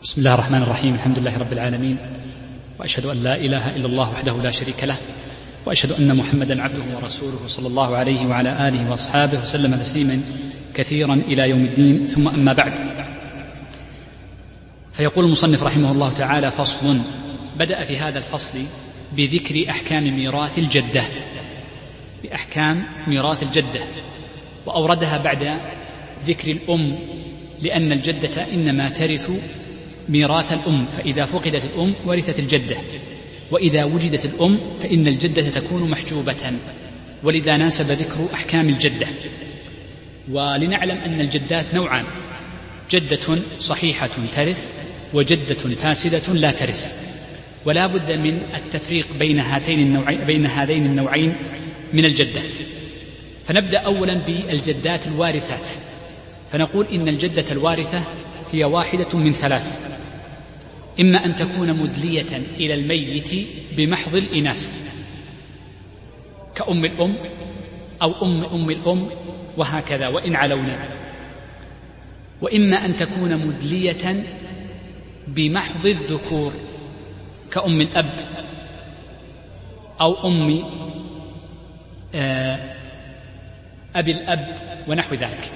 بسم الله الرحمن الرحيم. الحمد لله رب العالمين، وأشهد أن لا إله إلا الله وحده لا شريك له، وأشهد أن محمدا عبده ورسوله صلى الله عليه وعلى آله وأصحابه وسلم تسليما كثيرا إلى يوم الدين. ثم أما بعد، فيقول المصنف رحمه الله تعالى: فصل. بدأ في هذا الفصل بذكر أحكام ميراث الجدة، بأحكام ميراث الجدة، وأوردها بعد ذكر الأم، لأن الجدة إنما ترث ميراث الأم، فإذا فقدت الأم ورثت الجدة، وإذا وجدت الأم فإن الجدة تكون محجوبة، ولذا ناسب ذكر أحكام الجدة. ولنعلم أن الجدات نوعان: جدة صحيحة ترث، وجدة فاسدة لا ترث، ولا بد من التفريق بين هذين النوعين من الجدات. فنبدأ أولا بالجدات الوارثات، فنقول إن الجدة الوارثة هي واحدة من ثلاث: إما أن تكون مدلية إلى الميت بمحض الإناث كأم الأم أو أم الأم وهكذا وإن علونا، وإما أن تكون مدلية بمحض الذكور كأم الأب أو أم أبي الأب ونحو ذلك،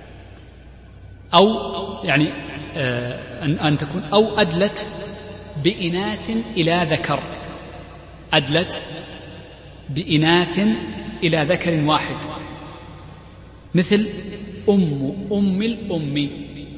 أو يعني أن تكون أو أدلت بإناث إلى ذكر، أدلت بإناث إلى ذكر واحد، مثل أم الأم،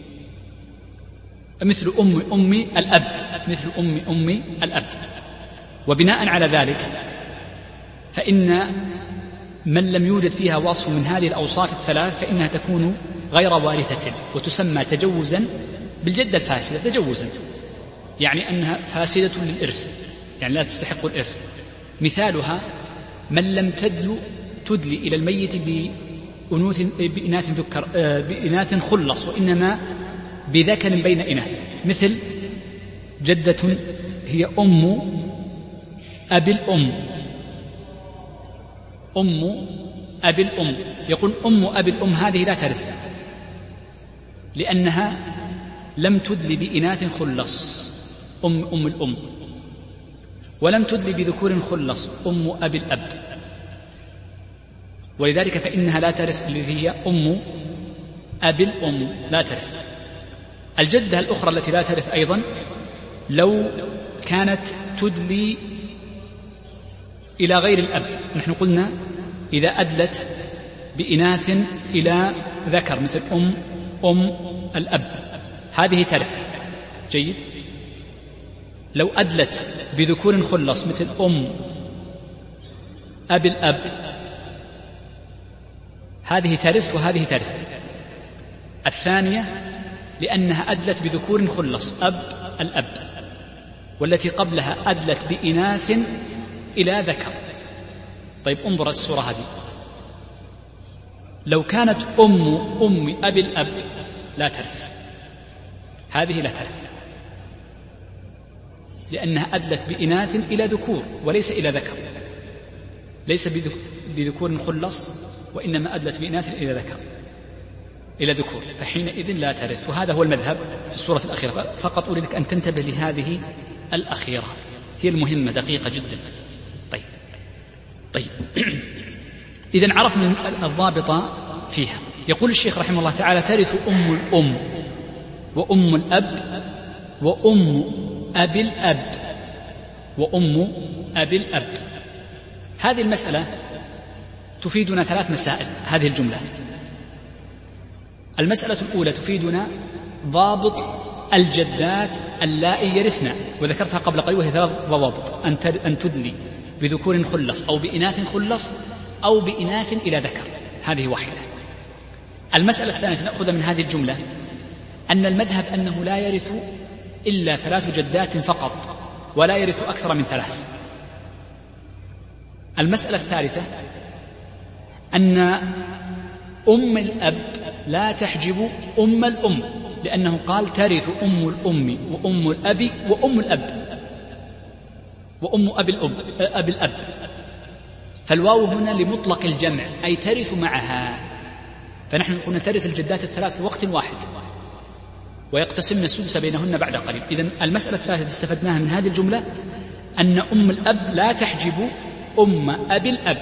مثل أم الأب، مثل أم الأب. وبناء على ذلك فإن من لم يوجد فيها وصف من هذه الأوصاف الثلاث فإنها تكون غير وارثة، وتسمى تجوزا بالجدة الفاسدة، تجوزا يعني أنها فاسدة للإرث، يعني لا تستحق الإرث. مثالها من لم تدلي إلى الميت بإناث خلص، وإنما بذكر بين إناث، مثل جدة هي أم أبي الأم، أم أبي الأم. يقول أم أبي الأم هذه لا ترث، لأنها لم تدلي بإناث خلص، أم الأم، ولم تدلي بذكور خلص، أم أبي الأب، ولذلك فإنها لا ترث، اللي هي أم أبي الأم لا ترث. الجدة الأخرى التي لا ترث أيضا لو كانت تدلي إلى غير الأب. نحن قلنا إذا أدلت بإناث إلى ذكر مثل أم الأب هذه ترث، جيد. لو أدلت بذكور خلص مثل أم أبي الأب هذه ترث وهذه ترث. الثانية لأنها أدلت بذكور خلص أب الأب، والتي قبلها أدلت بإناث إلى ذكر. طيب انظر الصورة هذه، لو كانت أم أبي الأب لا ترث، هذه لا ترث، لأنها أدلت بإناث إلى ذكور وليس إلى ذكر، ليس بذكور خلص، وإنما أدلت بإناث إلى ذكر إلى ذكور، فحينئذ لا ترث. وهذا هو المذهب في الصورة الأخيرة. فقط أريدك أن تنتبه لهذه الأخيرة، هي المهمة دقيقة جدا. طيب إذن عرفنا الضابط فيها. يقول الشيخ رحمه الله تعالى: ترث أم الأم وأم الأب وأم أبي الأب وأم أبي الأب. هذه المسألة تفيدنا ثلاث مسائل. هذه الجملة، المسألة الأولى تفيدنا ضابط الجدات اللائي يرثن، وذكرتها قبل قليل، وهي ثلاث ضوابط: أن تدلي بذكور خلص أو بإناث خلص أو بإناث إلى ذكر، هذه واحدة. المسألة الثانية نأخذ من هذه الجملة أن المذهب أنه لا يرث إلا ثلاث جدات فقط، ولا يرث أكثر من ثلاث. المسألة الثالثة أن أم الأب لا تحجب أم الأم، لأنه قال: ترث أم الأم وأم الأب وأم الأب وأم أبي الأب. فالواو هنا لمطلق الجمع، أي ترث معها. فنحن قلنا ترث الجدات الثلاث في وقت واحد، ويقتسمن السدس بينهن بعد قليل. إذن المسألة الثالثة استفدناها من هذه الجملة أن أم الأب لا تحجب أم أبي الأب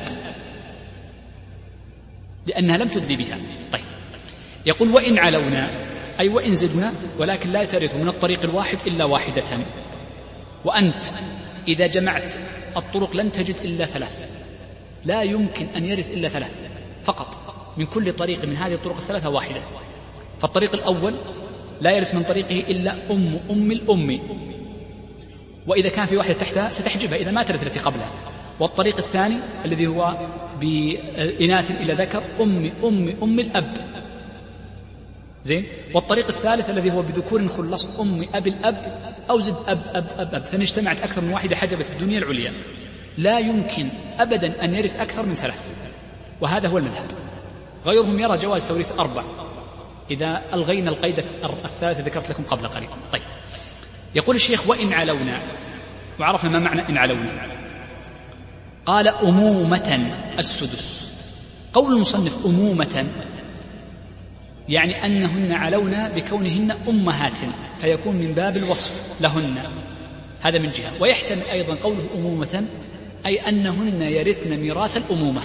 لأنها لم تدلي بها. طيب، يقول وإن علونا أي وإن زدنا، ولكن لا ترث من الطريق الواحد إلا واحدة. وأنت إذا جمعت الطرق لن تجد إلا 3، لا يمكن أن يرث إلا 3 فقط، من كل طريق من هذه الطرق الثلاثة واحدة. فالطريق الأول لا يرث من طريقه إلا أم الأم، وإذا كان في واحدة تحتها ستحجبها إذا ما ترث التي قبلها. والطريق الثاني الذي هو بإناث إلى ذكر أم الأب، زين. والطريق الثالث الذي هو بذكور خلص أم أبي الأب أو زد أب، فإن اجتمعت أكثر من واحدة حجبت الدنيا العليا. لا يمكن أبدا أن يرث أكثر من 3، وهذا هو المذهب. غيرهم يرى جواز توريث 4 إذا ألغينا القيد الثالث ذكرت لكم قبل قليل. طيب، يقول الشيخ وإن علونا، وعرفنا ما معنى إن علونا. قال أمومة السدس. قول المصنف أمومة يعني أنهن علونا بكونهن أمهات، فيكون من باب الوصف لهن، هذا من جهة. ويحتمل أيضا قوله أمومة أي أنهن يرثن ميراث الأمومة.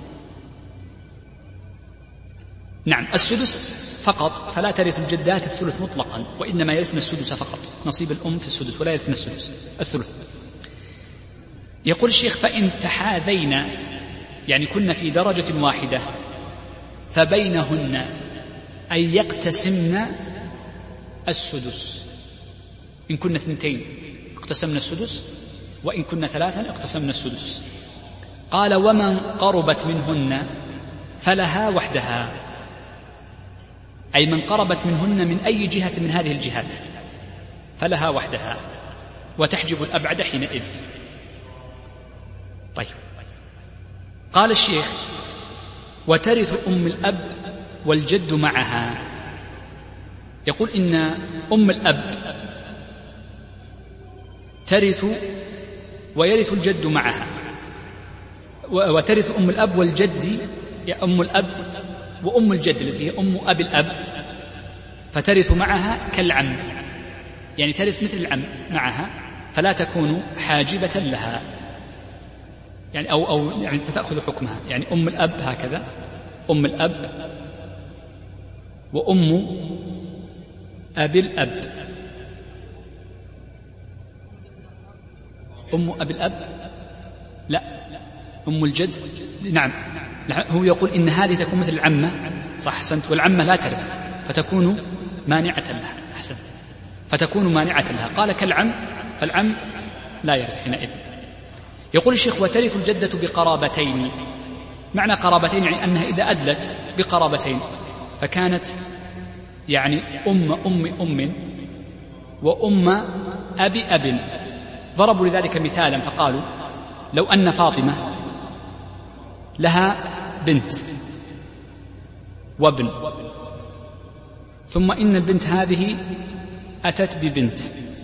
نعم، السدس فقط، فلا ترث الجدات الثلث مطلقا، وإنما يرثن السدس فقط، نصيب الأم في السدس، ولا يرثن الثلث. يقول الشيخ فإن تحاذينا يعني كنا في درجة واحدة فبينهن أن يقتسمن السدس. إن كنا 2 اقتسمنا السدس، وإن كنا 3 اقتسمنا السدس. قال ومن قربت منهن فلها وحدها، أي من قربت منهن من أي جهة من هذه الجهات فلها وحدها، وتحجب الأبعد حينئذ. طيب، قال الشيخ وترث أم الأب والجد معها. يقول إن أم الأب ترث ويرث الجد معها، وترث أم الأب والجد، أم الأب وأم الجد التي هي أم أبي الأب، فترث معها كالعم، يعني ترث مثل العم معها، فلا تكون حاجبة لها، يعني أو يعني فتأخذ حكمها. يعني أم الأب هكذا، أم الأب وأم أبي الأب. أم أبي الأب لا، أم الجد نعم. هو يقول إن هذه تكون مثل العمة، صح أحسنت، والعمة لا ترث فتكون مانعة لها، أحسنت، فتكون مانعة لها. قال كالعم، فالعم لا يرث حينئذ. يقول الشيخ وترث الجدة بقرابتين. معنى قرابتين يعني أنها إذا أدلت بقرابتين فكانت يعني أم وأم أبي أب. ضربوا لذلك مثالا فقالوا لو أن فاطمة لها بنت وابن، ثم إن البنت هذه أتت ببنت،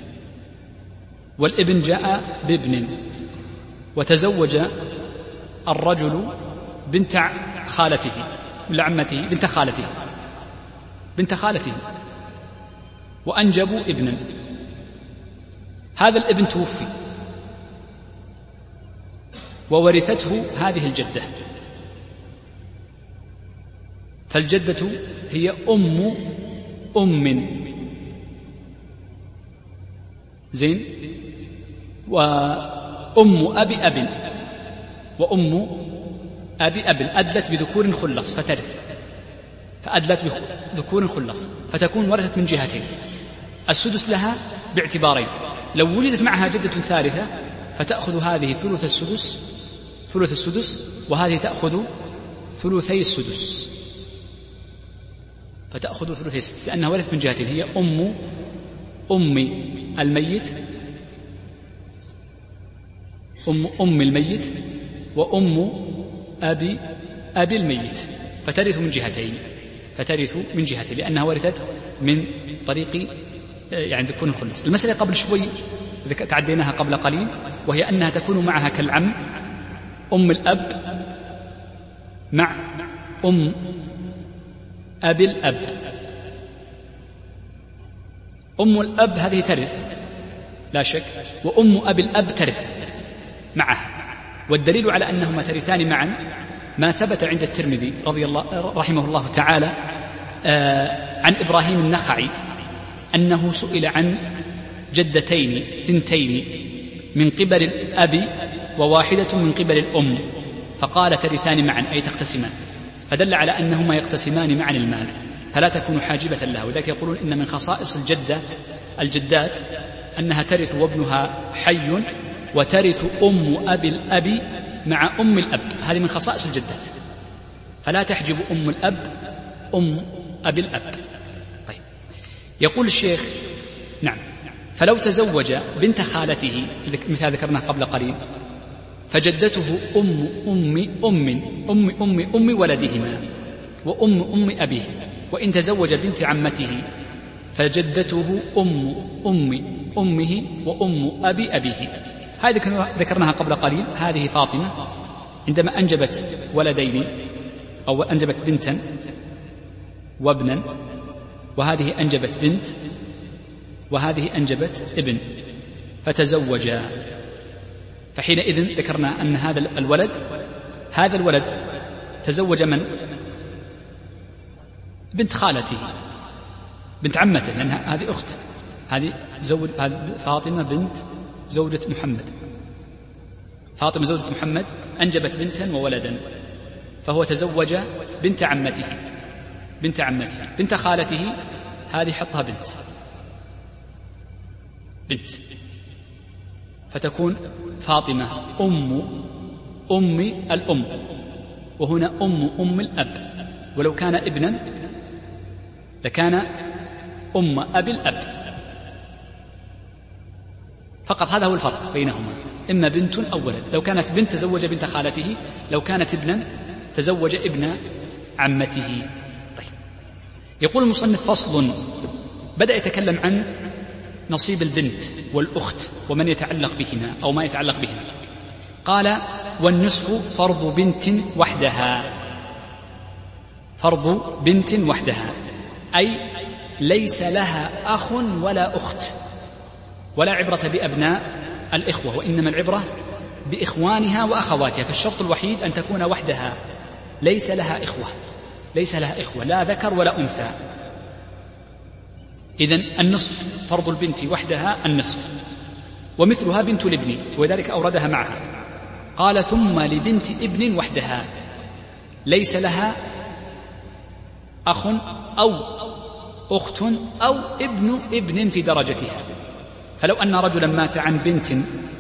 والابن جاء بابن، وتزوج الرجل بنت خالته لعمته بنت خالته وأنجبوا ابنا. هذا الابن توفي وورثته هذه الجدة، فالجدة هي أم زين، وأم أبي أب وأم أبي أب أدلت بذكور خلص فترث، فأدلت بذكور خلص فتكون ورثت من جهتين. السدس لها باعتبارين، لو وجدت معها جدة ثالثة فتأخذ هذه ثلث السدس وهذه تأخذ ثلثي السدس، فتأخذ ثلثي السدس لأنها ورثت من جهتين، هي أم الميت، أم الميت وأم أبي الميت، فترث من جهتين لأنها ورثت من طريق يعني تكون الخلص. المسألة قبل شوي تعديناها قبل قليل، وهي أنها تكون معها كالعم، أم الأب مع أم أبي الأب. أم الأب هذه ترث لا شك، وأم أبي الأب ترث معه. والدليل على أنهما ترثان معا ما ثبت عند الترمذي رحمه الله تعالى عن إبراهيم النخعي أنه سئل عن جدتين ثنتين من قبل الأب وواحدة من قبل الأم، فقال ترثان معا أي تقتسمان، فدل على أنهما يقتسمان معا المال فلا تكون حاجبة لها. وذلك يقولون إن من خصائص الجدات أنها ترث وابنها حي، وترث أم أبي الأب مع أم الأب، هذه من خصائص الجدات، فلا تحجب أم الأب أم أبي الأب. طيب، يقول الشيخ نعم، فلو تزوج بنت خالته مثال ذكرناه قبل قليل فجدته أم ولدهما وأم أبيه، وإن تزوج بنت عمته فجدته أمه وأم أبيه. هذه ذكرناها قبل قليل. هذه فاطمة عندما أنجبت ولدين أو أنجبت بنتا وابنا، وهذه أنجبت بنت وهذه أنجبت ابن فتزوجا، فحينئذ ذكرنا أن هذا الولد تزوج من؟ بنت خالته بنت عمته، لأن هذه أخت، هذه فاطمة بنت زوجة محمد، فاطمة زوجة محمد أنجبت بنتا وولدا، فهو تزوج بنت عمته. بنت خالته هذه حطها بنت فتكون فاطمة أم الأم، وهنا أم الأب، ولو كان ابنا لكان أم أبي الأب فقط. هذا هو الفرق بينهما، إما بنت أو ولد. لو كانت بنت تزوج بنت خالته، لو كانت ابنا تزوج ابن عمته. طيب، يقول المصنف فصل، بدأ يتكلم عن نصيب البنت والأخت ومن يتعلق بهما أو ما يتعلق بهما. قال: والنصف فرض بنت وحدها. فرض بنت وحدها أي ليس لها أخ ولا أخت، ولا عبرة بأبناء الإخوة، وإنما العبرة بإخوانها وأخواتها. فالشرط الوحيد أن تكون وحدها، ليس لها إخوة لا ذكر ولا أنثى. إذن النصف فرض البنت وحدها النصف، ومثلها بنت الابن، وذلك أوردها معها. قال: ثم لبنت ابن وحدها ليس لها أخ أو أخت أو ابن في درجتها. فلو أن رجلا مات عن بنت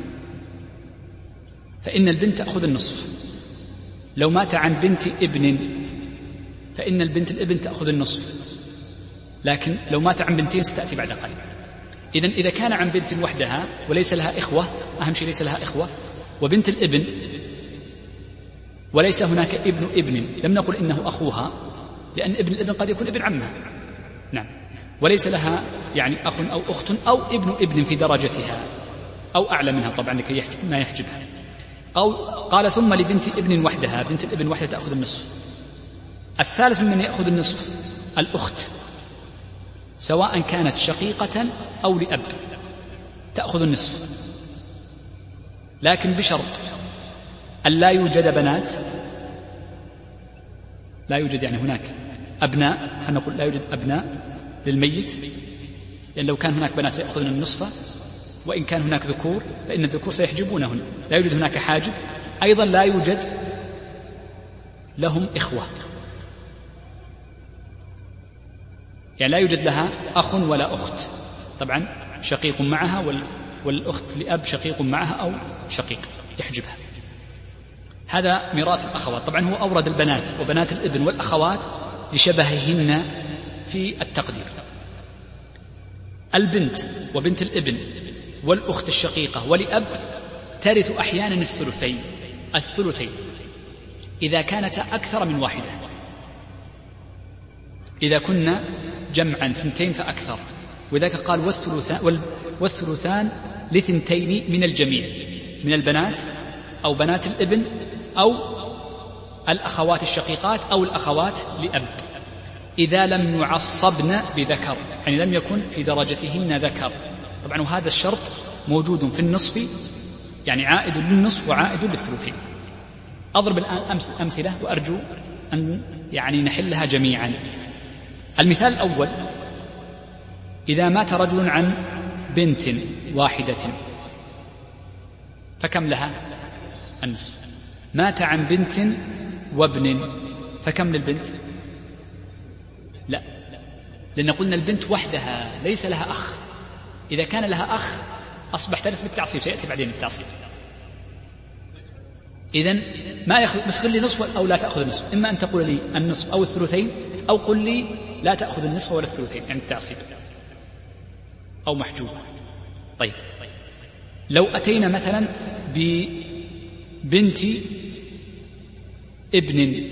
فإن البنت تأخذ النصف، لو مات عن بنت ابن فإن البنت الابن تأخذ النصف، لكن لو مات عن بنتين ستأتي بعد قليل. إذن إذا كان عن بنت وحدها وليس لها إخوة، أهم شيء ليس لها إخوة، وبنت الابن وليس هناك ابن، لم نقل إنه أخوها، لأن ابن الابن قد يكون ابن عمها، نعم، وليس لها يعني أخ أو أخت أو ابن في درجتها أو أعلى منها طبعا لكي ما يحجبها. قال: ثم لبنت ابن وحدها، بنت الابن وحدها تأخذ النصف. الثالث من يأخذ النصف الأخت، سواء كانت شقيقة أو لأب تأخذ النصف، لكن بشرط أن لا يوجد بنات، لا يوجد يعني هناك أبناء، خلينا نقول لا يوجد أبناء للميت، لأن لو كان هناك بنات سيأخذون النصف، وإن كان هناك ذكور فإن الذكور سيحجبونهن، لا يوجد هناك حاجب. أيضا لا يوجد لهم إخوة، يعني لا يوجد لها أخ ولا أخت، طبعا شقيق معها والأخت لأب شقيق معها أو شقيق يحجبها. هذا ميراث الأخوات. طبعا هو أورد البنات وبنات الابن والأخوات لشبههن في التقدير. البنت وبنت الابن والأخت الشقيقة ولأب ترث أحيانا الثلثين إذا كانت أكثر من واحدة، إذا كنا جمعا 2 فأكثر، وذلك قال: والثلثان ل2 من الجميع، من البنات أو بنات الابن أو الأخوات الشقيقات أو الأخوات لأب. إذا لم يعصبن بذكر، يعني لم يكن في درجتهن ذكر. طبعا وهذا الشرط موجود في النصف، يعني عائد للنصف وعائد للثلثين. أضرب الآن أمثلة وأرجو أن يعني نحلها جميعا. المثال الأول: إذا مات رجل عن بنت واحدة فكم لها؟ النصف. مات عن بنت وابن فكم للبنت؟ لا، لأن قلنا البنت وحدها ليس لها أخ. إذا كان لها أخ أصبح ثالث بالتعصيب، سيأتي بعدين التعصيب. إذن ما يأخذ، بس قل لي نصف أو لا تأخذ النصف. إما أن تقول لي النصف أو الثلثين، أو قل لي لا تأخذ النصف ولا الثلثين، يعني التعصيب أو محجوب. طيب، لو أتينا مثلا ببنت ابن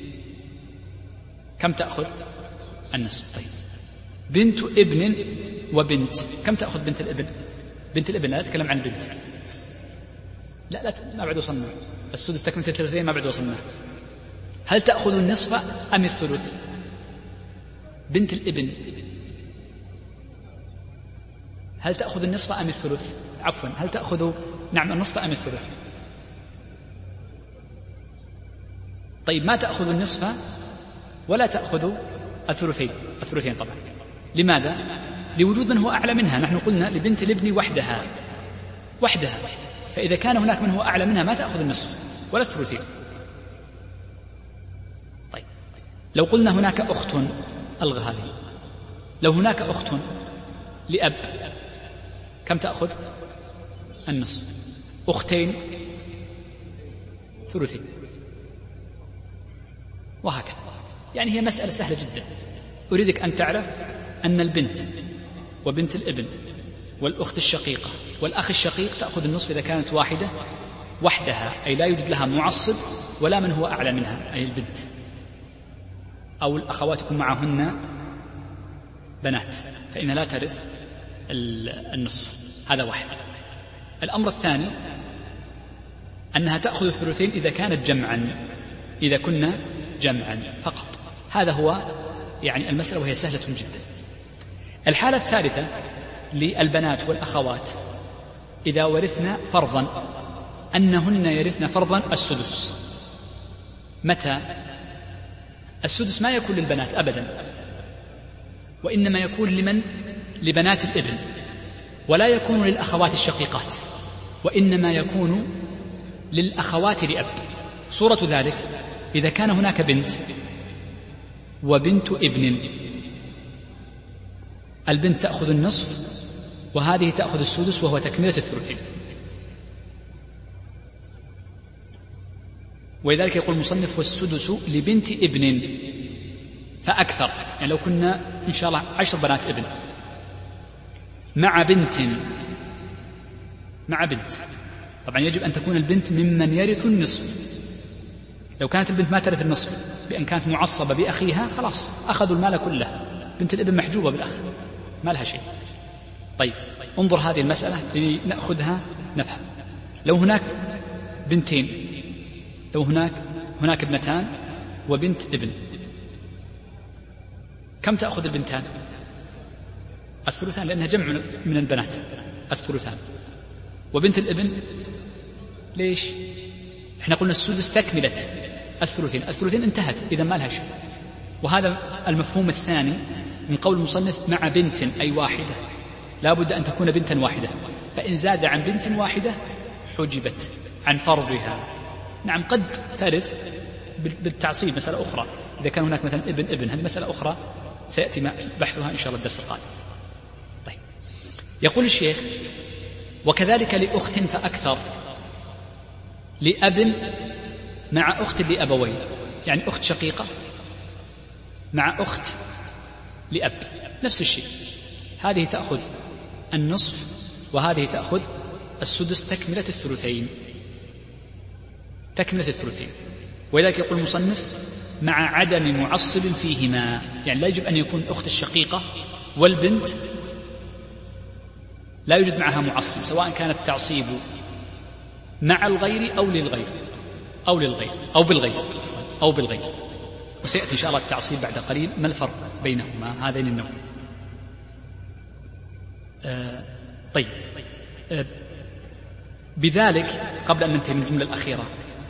كم تأخذ؟ النصف. طيب، بنت ابن وبنت كم تأخذ بنت الابن؟ بنت الابن، لا أتكلم عن بنت. لا ما بعد وصلنا. السدس تكملة الثلثين ما بعد وصلنا. هل تأخذ النصف أم الثلث؟ بنت الابن هل تأخذ النصف أم الثلث؟ عفوا، هل تأخذ النصف أم الثلث؟ طيب، ما تأخذ النصف ولا تأخذ الثلثين طبعا. لماذا؟ لوجود من هو أعلى منها. نحن قلنا لبنت الابن وحدها، فإذا كان هناك من هو أعلى منها ما تأخذ النصف ولا الثلثين. طيب، لو قلنا هناك أخت، ألغى هذه، لو هناك أخت لأب كم تأخذ؟ النصف. أختين ثلثين، وهكذا. يعني هي مسألة سهلة جدا. أريدك أن تعرف أن البنت وبنت الابن والأخت الشقيقة والأخ الشقيق تأخذ النصف إذا كانت وحدها، أي لا يوجد لها معصب ولا من هو أعلى منها، أي البنت أو الأخوات يكون معهن بنات، فإنها لا ترث النصف. هذا واحد. الأمر الثاني أنها تأخذ الثلثين إذا كانت جمعا، إذا كنا جمعا فقط. هذا هو يعني المسألة، وهي سهلة جدا. الحالة الثالثة للبنات والأخوات إذا ورثنا فرضا، أنهن يرثن فرضا السدس. متى؟ السدس ما يكون للبنات أبدا، وإنما يكون لبنات الابن، ولا يكون للأخوات الشقيقات، وإنما يكون للأخوات لأب. صورة ذلك إذا كان هناك بنت وبنت ابن، البنت تأخذ النصف وهذه تأخذ السدس وهو تكملة الثلثين. ولذلك يقول المصنف: والسدس لبنت ابن فأكثر. يعني لو كنا إن شاء الله 10 بنات ابن مع بنت، طبعا يجب أن تكون البنت ممن يرث النصف. لو كانت البنت ما ترث النصف بأن كانت معصبة بأخيها، خلاص أخذوا المال كله. بنت الابن محجوبة بالأخ، ما لها شيء. طيب، انظر هذه المسألة لنأخذها نفهم. لو هناك بنتين، لو هناك ابنتان وبنت ابن، كم تأخذ البنتان؟ الثلثان، لأنها جمع من البنات، الثلثان. وبنت الابن ليش؟ احنا قلنا السدس تكملة الثلثين انتهت، إذا ما لها شيء. وهذا المفهوم الثاني من قول المصنف: مع بنت أي واحدة، لا بد أن تكون بنتا واحدة، فإن زاد عن بنت واحدة حجبت عن فرضها. نعم، قد ترث بالتعصيب، مسألة أخرى. إذا كان هناك مثلا ابن، هذه مسألة أخرى سيأتي بحثها إن شاء الله الدرس القادم. طيب، يقول الشيخ: وكذلك لأخت فأكثر، لأب مع أخت لأبوين، يعني أخت شقيقة مع أخت لأب، نفس الشيء. هذه تأخذ النصف وهذه تأخذ السدس، تكملة الثلثين. ولذلك يقول المصنف: مع عدم معصب فيهما، يعني لا يجب أن يكون أخت الشقيقة والبنت لا يوجد معها معصب، سواء كان التعصيب مع الغير أو بالغير. وسيأتي إن شاء الله التعصيب بعد قليل ما الفرق بينهما هذين النوعين. طيب، بذلك قبل أن ننتهي من الجملة الأخيرة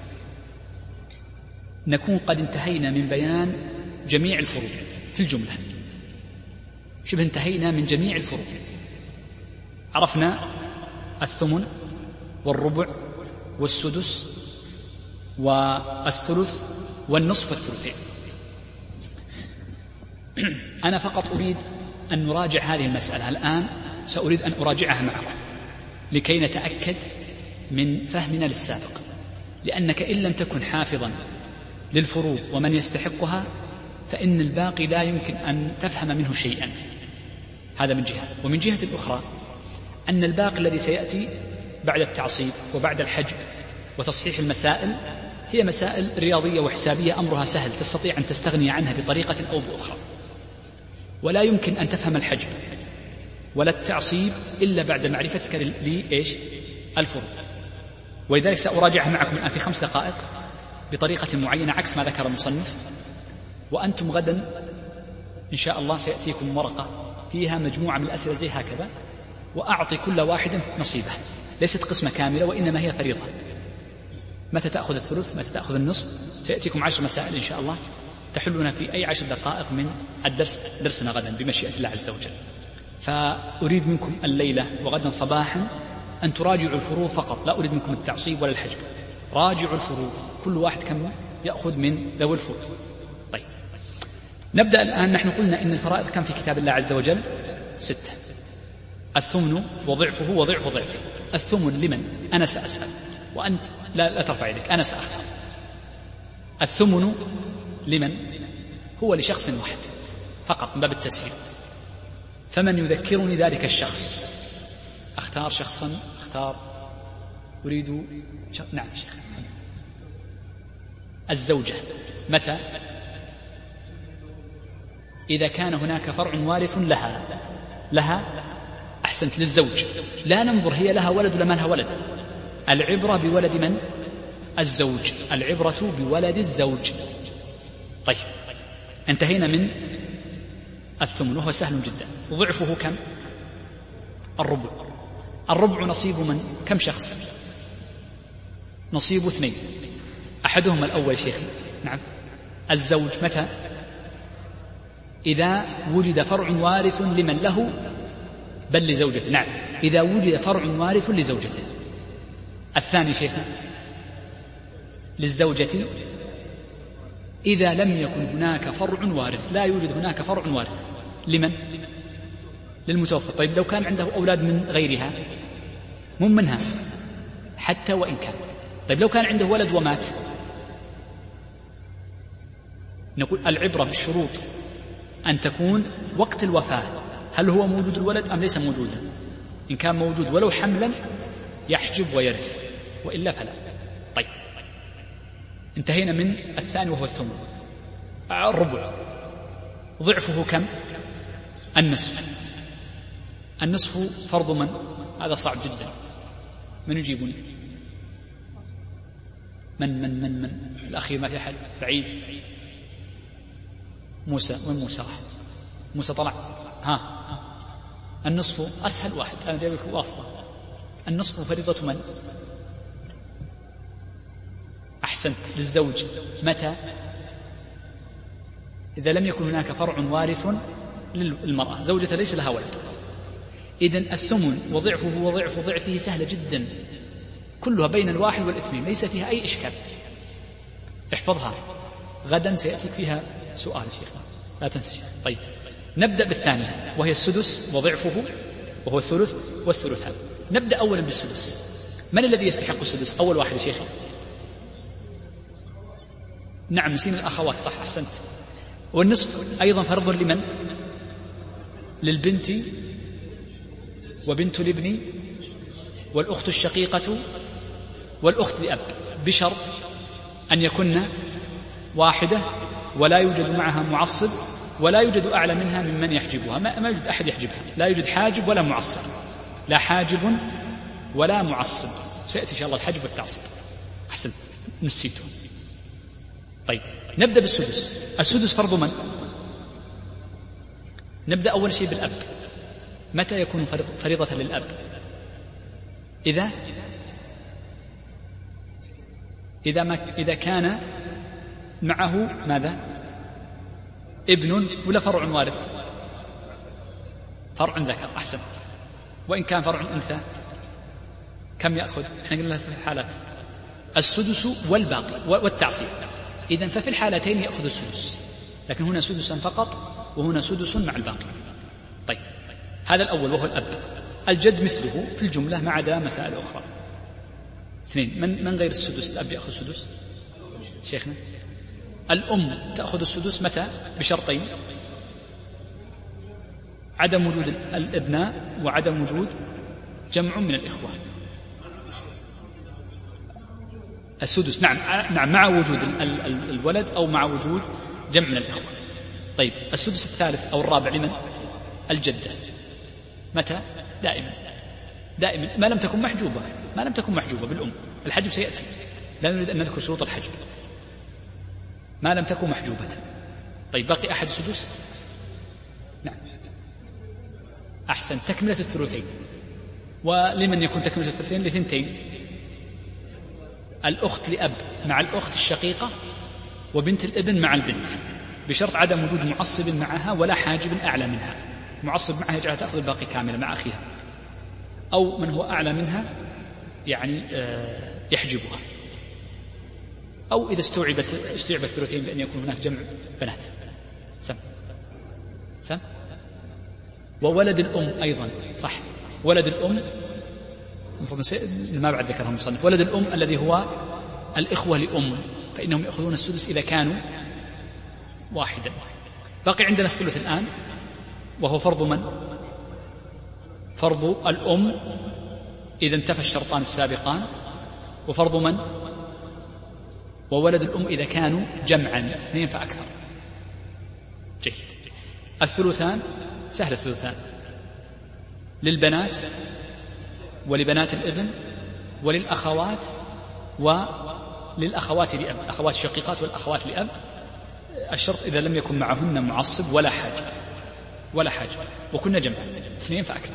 نكون قد انتهينا من بيان جميع الفروض في الجملة، شبه انتهينا من جميع الفروض. عرفنا الثمن والربع والسدس والثلث والنصف والثلثين. أنا فقط أريد أن نراجع هذه المسألة الآن، سأريد أن أراجعها معكم لكي نتأكد من فهمنا للسابق، لأنك إن لم تكن حافظا للفروض ومن يستحقها فإن الباقي لا يمكن أن تفهم منه شيئا. هذا من جهة. ومن جهة أخرى أن الباقي الذي سيأتي بعد التعصيب وبعد الحجب وتصحيح المسائل هي مسائل رياضية وحسابية أمرها سهل، تستطيع أن تستغني عنها بطريقة أو بأخرى، ولا يمكن أن تفهم الحجب ولا التعصيب إلا بعد معرفتك لإيش؟ الفروض. ولذلك سأراجعها معكم الآن في 5 دقائق بطريقة معينة عكس ما ذكر المصنف. وأنتم غدا إن شاء الله سيأتيكم ورقة فيها مجموعة من الأسئلة زي هكذا، وأعطي كل واحد نصيبه، ليست قسمة كاملة وإنما هي فريضة. متى تأخذ الثلث، متى تأخذ النصف، سيأتيكم 10 مسائل إن شاء الله تحلونها في أي 10 دقائق من الدرس درسنا غدا بمشيئة الله عز وجل. فأريد منكم الليلة وغدا صباحا أن تراجعوا الفروض فقط، لا أريد منكم التعصيب ولا الحجب. راجعوا الفروض، كل واحد كم يأخذ من ذوي الفروض. طيب، نبدأ الآن. نحن قلنا إن الفرائض كم في كتاب الله عز وجل؟ 6. الثمن وضعفه وضعف ضعفه. الثمن لمن؟ أنا سأسأل وأنت لا ترفع يدك، أنا سأختار. الثمن لمن؟ هو لشخص واحد فقط من باب التسهيل. فمن يذكرني ذلك الشخص؟ أختار شخصا، أريد نعم شيخ. الزوجة متى؟ إذا كان هناك فرع وارث لها أحسنت، للزوج. لا ننظر هي لها ولد ولا ما لها ولد، العبرة بولد من؟ الزوج، العبرة بولد الزوج. طيب، انتهينا من الثمن وهو سهل جدا. ضعفه كم؟ الربع. الربع نصيب من؟ كم شخص؟ نصيب 2. أحدهما الأول شيخي. نعم، الزوج. متى؟ إذا وجد فرع وارث لمن له؟ بل لزوجته. نعم، إذا وجد فرع وارث لزوجته. الثاني شيخنا للزوجة إذا لم يكن هناك فرع وارث، لا يوجد هناك فرع وارث لمن؟ للمتوفى. طيب، لو كان عنده أولاد من غيرها منها حتى وإن كان. طيب، لو كان عنده ولد ومات، نقول العبرة بالشروط أن تكون وقت الوفاة، هل هو موجود الولد أم ليس موجودا؟ إن كان موجود ولو حملا يحجب ويرث، وإلا فلا. طيب، انتهينا من الثاني وهو الثمن. الربع ضعفه كم؟ النصف. النصف فرض من؟ هذا صعب جدا، من يجيبني؟ من الأخير ما في أحد بعيد. موسى. من موسى؟ موسى طلع. النصف أسهل واحد، أنا جايب لكم واسطة. النصف فريضة من؟ أحسنت، للزوج. متى؟ إذا لم يكن هناك فرع وارث للمرأة، زوجة ليس لها ولد. إذن الثمن وضعفه وضعف ضعفه سهلة جدا، كلها بين 1 و2، ليس فيها أي إشكال. احفظها، غدا سيأتيك فيها سؤال شيخنا، لا تنسى شيء. طيب، نبدأ بالثانية وهي السدس وضعفه وهو الثلث والثلثان. نبدأ أولا بالسدس. من الذي يستحق السدس؟ أول واحد شيخي. نعم، نسينا الأخوات، صح، أحسنت. والنصف أيضا فرض لمن؟ للبنت وبنت الابن والأخت الشقيقة والأخت لأب، بشرط أن يكن واحدة ولا يوجد معها معصب ولا يوجد أعلى منها ممن يحجبها. ما يوجد أحد يحجبها، لا يوجد حاجب ولا معصب، لا حاجب ولا معصب. سيأتي إن شاء الله الحجب والتعصيب. أحسنت، نسيته. طيب، نبدأ بالسدس. السدس فرض من؟ نبدأ أول شيء بالأب. متى يكون فريضة للأب؟ إذا كان معه ماذا؟ ابن ولا فرع وارث؟ فرع ذكر، أحسنت. وإن كان فرع أنثى كم يأخذ؟ احنا قلنا في الحالات السدس والباقي والتعصيب. إذن ففي الحالتين يأخذ السدس، لكن هنا سدسا فقط وهنا سدس مع الباقي. طيب، هذا الأول وهو الأب. الجد مثله في الجملة ما عدا مسائل أخرى. اثنين، من غير السدس الأب يأخذ السدس؟ شيخنا، الأم تأخذ السدس متى؟ بشرطين: عدم وجود الابناء وعدم وجود جمع من الإخوة. السدس نعم مع وجود الولد أو مع وجود جمع من الإخوة. طيب، السدس الثالث أو الرابع لمن؟ الجدة. متى؟ دائما ما لم تكن محجوبة بالأم. الحجب سيأتي، لا نريد أن نذكر شروط الحجب. ما لم تكن محجوبة. طيب، بقي أحد السدس؟ نعم، أحسن، تكملة الثلثين. ولمن يكون تكملة الثلثين؟ لثنتين: الأخت لأب مع الأخت الشقيقة، وبنت الابن مع البنت، بشرط عدم وجود معصب معها ولا حاجب أعلى منها. معصب معها يجعلها تأخذ الباقي كاملا مع أخيها، أو من هو أعلى منها يعني يحجبها، أو إذا استوعب الثلثين بأن يكون هناك جمع بنات. سم وولد الأم أيضا، صح، ولد الأم ما بعد ذكرها المصنف. ولد الأم الذي هو الإخوة لأم، فإنهم يأخذون السدس إذا كانوا واحدا. باقي عندنا الثلث الآن، وهو فرض من؟ فرض الأم إذا انتفى الشرطان السابقان، وفرض من؟ وولد الأم إذا كانوا جمعا 2 فأكثر. جيد. الثلثان سهل، الثلثان للبنات ولبنات الابن وللأخوات وللأخوات لأب، الأخوات الشقيقات والأخوات لأب. الشرط إذا لم يكن معهن معصب ولا حاجب وكنا جمعا 2 فأكثر.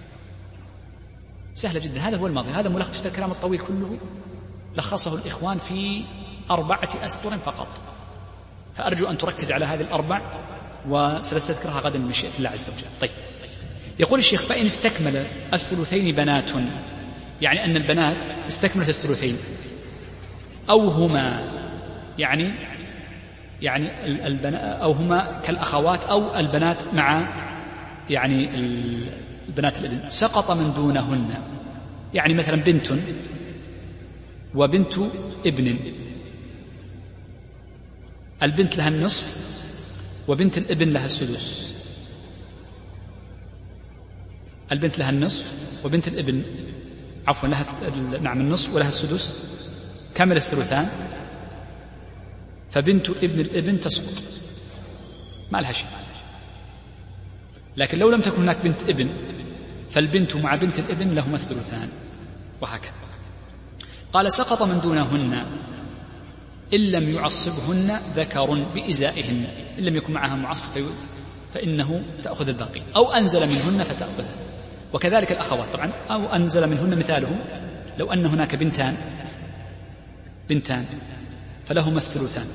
سهلة جدا. هذا هو الماضي. هذا ملخص الكلام الطويل كله لخصه الإخوان في 4 أسطر فقط، فأرجو أن تركز على هذه ال4 وسنستذكرها غدا من مشيئة الله عز وجل. طيب، يقول الشيخ: فإن استكمل الثلثين بنات، يعني أن البنات استكملت الثلثين، أو هما يعني أو هما كالأخوات، أو البنات مع يعني البنات الابن، سقط من دونهن. يعني مثلا بنت وبنت ابن، البنت لها النصف وبنت الابن لها السدس. البنت لها النصف وبنت الابن لها النصف ولها السدس، كمل الثلثان، فبنت ابن الابن تسقط، ما لها شيء. لكن لو لم تكن هناك بنت ابن فالبنت مع بنت الابن لهما الثلثان، وهكذا. قال: سقط من دونهن إن لم يعصبهن ذكر بإزائهن، إن لم يكن معها معصب فإنه تأخذ الباقي، أو أنزل منهن فتأخذها. وكذلك الأخوات طبعا، أو أنزل منهن، مثاله لو أن هناك بنتان فلهما الثلثان،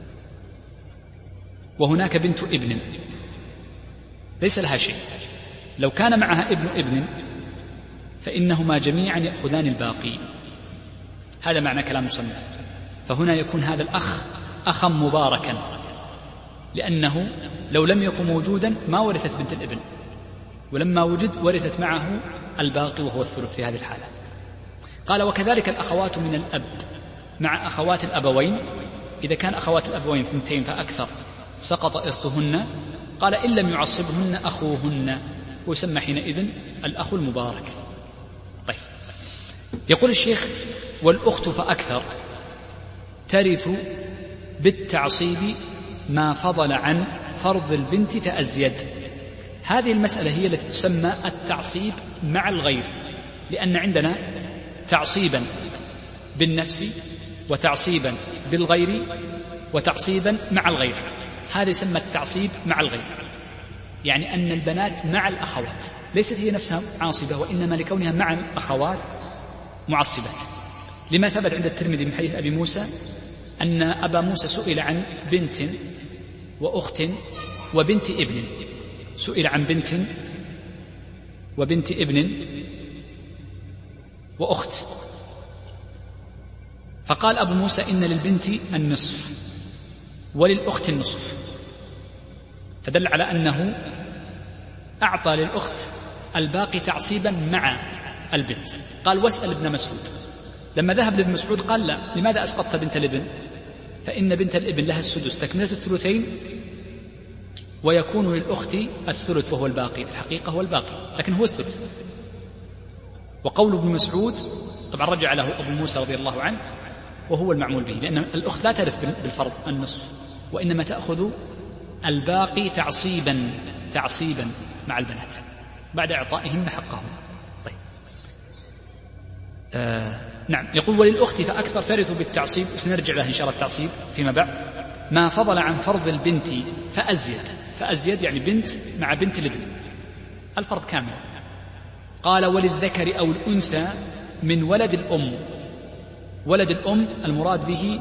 وهناك بنت ابن ليس لها شيء، لو كان معها ابن فإنهما جميعا يأخذان الباقي. هذا معنى كلام المصنف. فهنا يكون هذا الأخ أخا مباركا، لأنه لو لم يكن موجودا ما ورثت بنت الابن، ولما وجد ورثت معه الباقي وهو الثلث في هذه الحالة. قال: وكذلك الأخوات من الأب مع أخوات الأبوين، إذا كان أخوات الأبوين 2 فأكثر سقط إرثهن. قال: إن لم يعصبهن أخوهن، ويسمى حينئذ الأخ المبارك. طيب، يقول الشيخ: والأخت فأكثر ترث بالتعصيب ما فضل عن فرض البنت فأزيد. هذه المسألة هي التي تسمى التعصيب مع الغير، لأن عندنا تعصيبا بالنفس وتعصيبا بالغير وتعصيبا مع الغير. هذا يسمى التعصيب مع الغير، يعني أن البنات مع الأخوات ليست هي نفسها عاصبة، وإنما لكونها مع الأخوات معصبات. لما ثبت عند الترمذي من حديث أبي موسى أن أبا موسى سئل عن بنت وأخت وبنت ابن، سئل عن بنت وبنت ابن وأخت، فقال أبو موسى إن للبنت النصف وللأخت النصف، فدل على أنه أعطى للأخت الباقي تعصيبا مع البنت. قال واسأل ابن مسعود، لما ذهب لابن مسعود قال لا، لماذا أسقطت بنت الابن؟ فإن بنت الابن لها السدس تكملة الثلثين، ويكون للأخت الثلث وهو الباقي، في الحقيقة هو الباقي لكن هو الثلث. وقول ابن مسعود طبعا رجع له أبو موسى رضي الله عنه وهو المعمول به، لأن الأخت لا ترث بالفرض النصف، وإنما تأخذ الباقي تعصيبا مع البنات بعد إعطائهن حقهم. طيب. نعم. يقول وللأخت فأكثر ترث بالتعصيب، سنرجع له إن شاء الله التعصيب فيما بعد، ما فضل عن فرض البنت فأزيد يعني بنت مع بنت الابن الفرض كامل. قال وللذكر أو الأنثى من ولد الأم. ولد الأم المراد به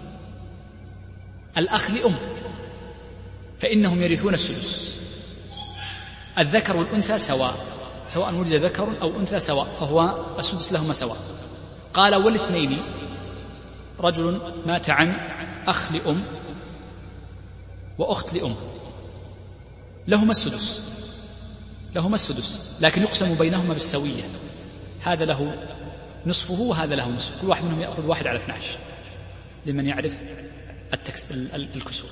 الأخ لأم، فإنهم يرثون السدس. الذكر والأنثى سواء وجد ذكر أو أنثى سواء، فهو السدس لهما سواء. قال والاثنين، رجل مات عن أخ لأم وأخت لأم، لهما السدس لكن يقسم بينهما بالسوية، هذا له نصفه وهذا له نصف، كل واحد منهم يأخذ 1/12 لمن يعرف الكسور.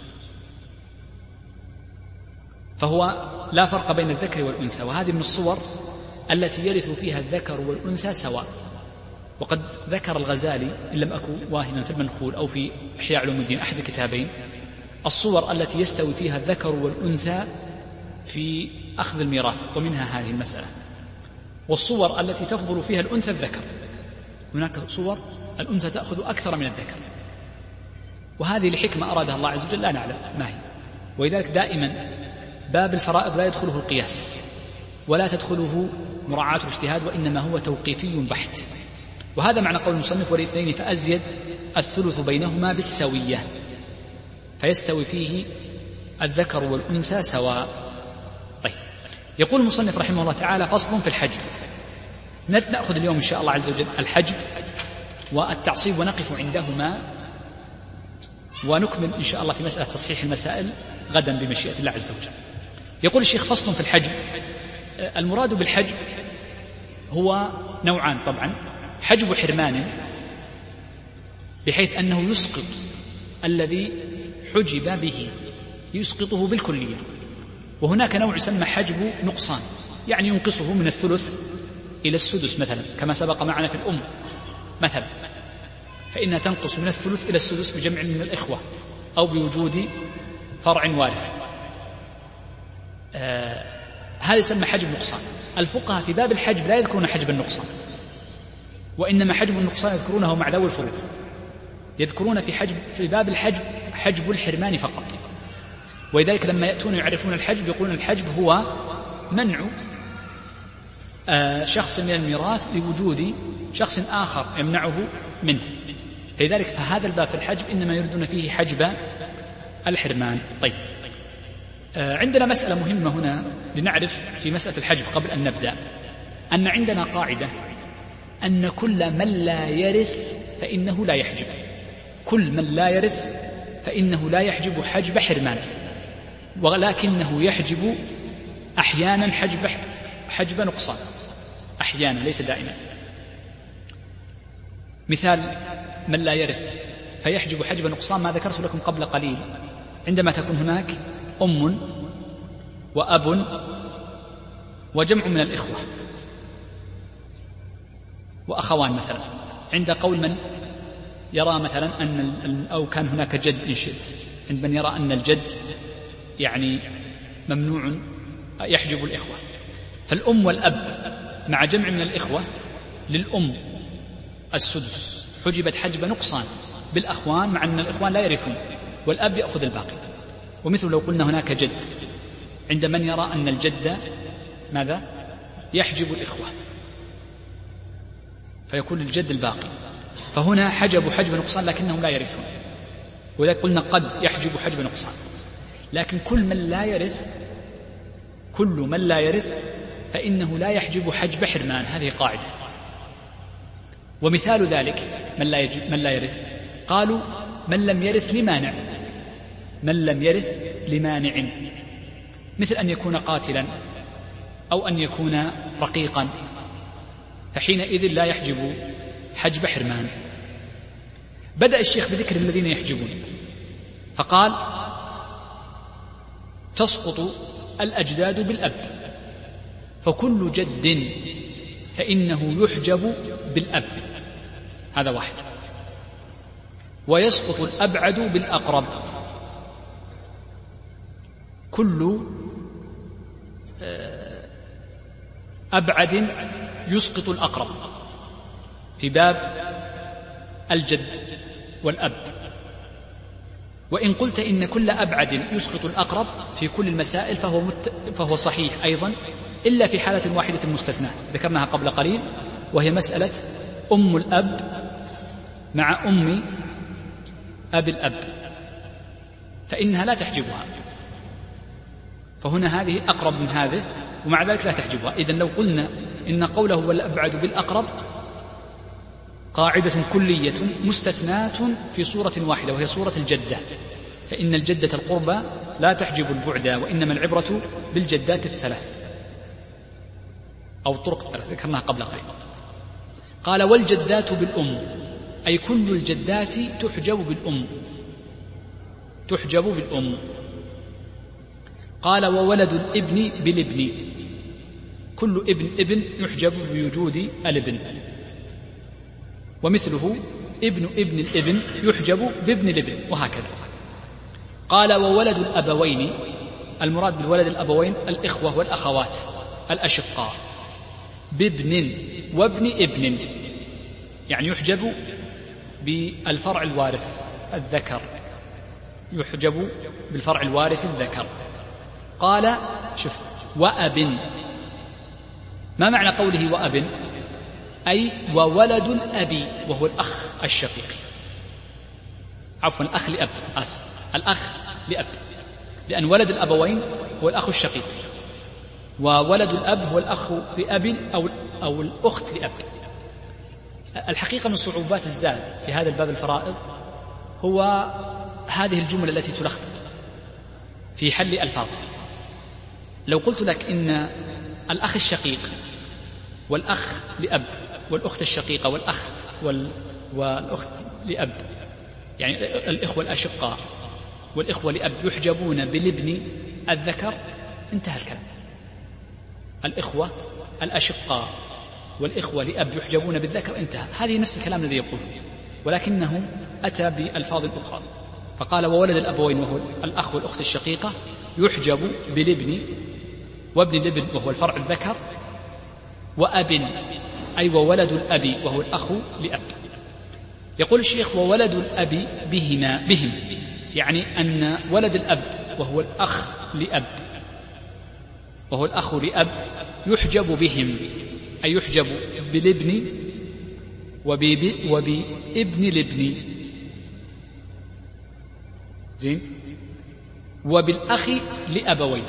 فهو لا فرق بين الذكر والأنثى، وهذه من الصور التي يرث فيها الذكر والأنثى سواء. وقد ذكر الغزالي إن لم أكن واهما في المنخول أو في إحياء علوم الدين أحد الكتابين الصور التي يستوي فيها الذكر والأنثى في أخذ الميراث، ومنها هذه المسألة. والصور التي تفضل فيها الأنثى الذكر، هناك صور الأنثى تأخذ أكثر من الذكر، وهذه لحكمة أرادها الله عز وجل لا نعلم ما هي. ولذلك دائما باب الفرائض لا يدخله القياس ولا تدخله مراعاة الاجتهاد، وإنما هو توقيفي بحت. وهذا معنى قول المصنف وللاثنين فأزيد الثلث بينهما بالسوية، فيستوي فيه الذكر والأنثى سواء. طيب. يقول المصنف رحمه الله تعالى فصل في الحجب. نأخذ اليوم إن شاء الله عز وجل الحجب والتعصيب ونقف عندهما، ونكمل إن شاء الله في مسألة تصحيح المسائل غدا بمشيئة الله عز وجل. يقول الشيخ فصل في الحجب. المراد بالحجب هو نوعان طبعا، حجب حرمان بحيث أنه يسقط الذي حجب به، يسقطه بالكلية. وهناك نوع يسمى حجب نقصان، يعني ينقصه من الثلث إلى السدس مثلا، كما سبق معنا في الأم مثلا، فإنها تنقص من الثلث إلى السدس بجمع من الإخوة أو بوجود فرع وارث. هذا يسمى حجب نقصان. الفقهاء في باب الحجب لا يذكرون حجب النقصان، وإنما حجب النقصان يذكرونه مع ذوي الفروض، يذكرون في باب الحجب حجب الحرمان فقط. ولذلك لما يأتون يعرفون الحجب يقولون الحجب هو منع شخص من الميراث لوجود شخص آخر يمنعه منه، فلذلك فهذا الباب في الحجب إنما يردون فيه حجب الحرمان. طيب. عندنا مسألة مهمة هنا لنعرف في مسألة الحجب قبل أن نبدأ، أن عندنا قاعدة أن كل من لا يرث فإنه لا يحجب، كل من لا يرث فإنه لا يحجب حجب حرمان، ولكنه يحجب أحيانا حجب نقصان، أحيانا ليس دائما. مثال من لا يرث فيحجب حجب نقصان ما ذكرت لكم قبل قليل، عندما تكون هناك أم وأب وجمع من الإخوة وأخوان مثلا، عند قول من يرى مثلا أو كان هناك جد إن شئت، عند من يرى أن الجد يعني ممنوع يحجب الإخوة، فالأم والأب مع جمع من الإخوة للأم السدس، حجبت حجب نقصان بالأخوان مع أن الإخوان لا يرثون، والأب يأخذ الباقي. ومثل لو قلنا هناك جد، عند من يرى أن الجد ماذا؟ يحجب الإخوة، فيكون الجد الباقي، فهنا حجب حجب نقصان لكنهم لا يرثون، وإذا قلنا قد يحجب حجب نقصان. لكن كل من لا يرث فإنه لا يحجب حجب حرمان، هذه قاعدة. ومثال ذلك من لا يرث قالوا من لم يرث لمانع، مثل أن يكون قاتلا أو أن يكون رقيقا، فحينئذ لا يحجب حجب حرمان. بدأ الشيخ بذكر الذين يحجبون، فقال تسقط الأجداد بالأب، فكل جد فإنه يحجب بالأب، هذا واحد. ويسقط الأبعد بالأقرب، كل أبعد يسقط الأقرب في باب الجد والأب. وإن قلت إن كل أبعد يسقط الأقرب في كل المسائل فهو صحيح أيضا، إلا في حالة واحدة مستثناة ذكرناها قبل قليل، وهي مسألة أم الأب مع أم أب الأب، فإنها لا تحجبها، فهنا هذه أقرب من هذه ومع ذلك لا تحجبها. إذن لو قلنا إن قوله والأبعد بالأقرب قاعدة كلية مستثناة في صورة واحدة، وهي صورة الجدة، فإن الجدة القربى لا تحجب البعد، وإنما العبرة بالجدات الثلاث أو الطرق الثلاث ذكرناها قبل قليل. قال والجدات بالأم، أي كل الجدات تحجب بالأم. قال وولد الابن بالابن، كل ابن يحجب بوجود الابن، ومثله ابن الابن يحجب بابن الابن، وهكذا. قال وولد الأبوين، المراد بالولد الأبوين الإخوة والأخوات الأشقاء، بابن وابن ابن، يعني يحجب بالفرع الوارث الذكر، يحجب بالفرع الوارث الذكر. قال شوف وأب، ما معنى قوله وأب؟ أي وولد الأب وهو الأخ الشقيق، عفوا الأخ لأب، آسف، الأخ لأب، لأن ولد الأبوين هو الأخ الشقيق، وولد الأب هو الأخ لأب أو الأخت لأب. الحقيقة من صعوبات الزاد في هذا الباب الفرائض هو هذه الجملة التي تلخبط في حل ألفاظ. لو قلت لك إن الأخ الشقيق والأخ لأب والأخت الشقيقة والأخت لأب، يعني الإخوة الأشقاء والإخوة لأب يحجبون بالابن الذكر، انتهى الكلام. الإخوة الأشقاء والإخوة لأب يحجبون بالذكر، انتهى. هذه نفس الكلام الذي يقول، ولكنه أتى بألفاظ أخرى، فقال وولد الأبوين وهو الأخ والأخت الشقيقة يحجب بالابن وابن الابن وهو الفرع الذكر، وأب أي وولد الأب وهو الأخ لأب. يقول الشيخ وولد الأب بهم، يعني أن ولد الأب وهو الأخ لأب يحجب بهم، أي يحجب بالابن وبابن الابن، زين، وبالأخ لأبوين،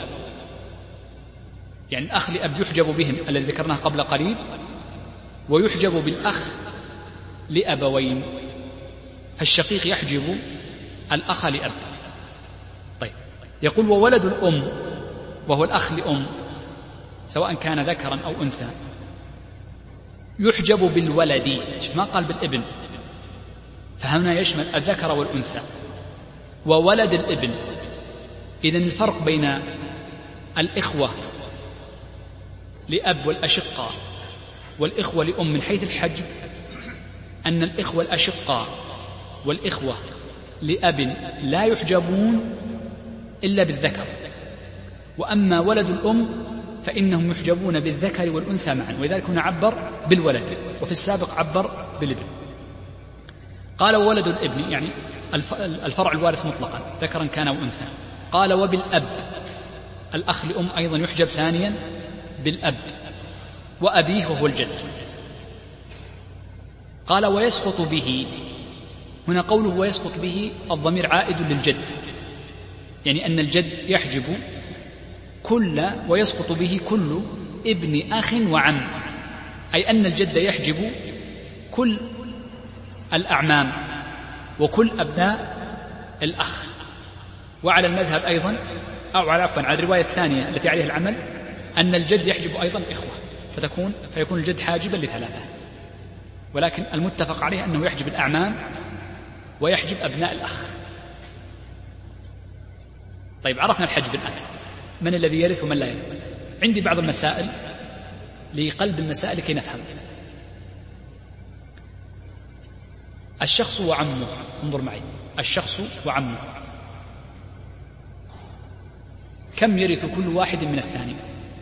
يعني الأخ لأب يحجب بهم الذي ذكرناه قبل قليل، ويحجب بالأخ لأبوين، فالشقيق يحجب الأخ لأب. طيب، يقول وولد الأم وهو الأخ لأم سواء كان ذكرا أو أنثى يحجب بالولد، ما قال بالابن، فهنا يشمل الذكر والأنثى. وولد الابن، إذن الفرق بين الإخوة لأب والأشقاء والإخوة لأم من حيث الحجب أن الإخوة الأشقاء والإخوة لأب لا يحجبون إلا بالذكر، وأما ولد الأم فإنهم يحجبون بالذكر والأنثى معا، ولذلك هنا عبر بالولد، وفي السابق عبر بالابن. قال وولد الابن، يعني الفرع الوارث مطلقا ذكرا كان أو أنثى. قال وبالأب، الأخ لأم أيضا يحجب ثانيا بالأب وأبيه وهو الجد. قال ويسقط به، هنا قوله ويسقط به الضمير عائد للجد، يعني أن الجد يحجب ويسقط به كل ابن أخ وعم، أي أن الجد يحجب كل الأعمام وكل أبناء الأخ. وعلى المذهب أيضا على الرواية الثانية التي عليها العمل أن الجد يحجب أيضا الإخوة، فيكون الجد حاجبا لثلاثة، ولكن المتفق عليه أنه يحجب الأعمام ويحجب أبناء الأخ. طيب عرفنا الحجب الآن، من الذي يرث ومن لا يرث؟ عندي بعض المسائل لقلب المسائل لكي نفهم. الشخص وعمه، انظر معي، الشخص وعمه كم يرث كل واحد من الثاني؟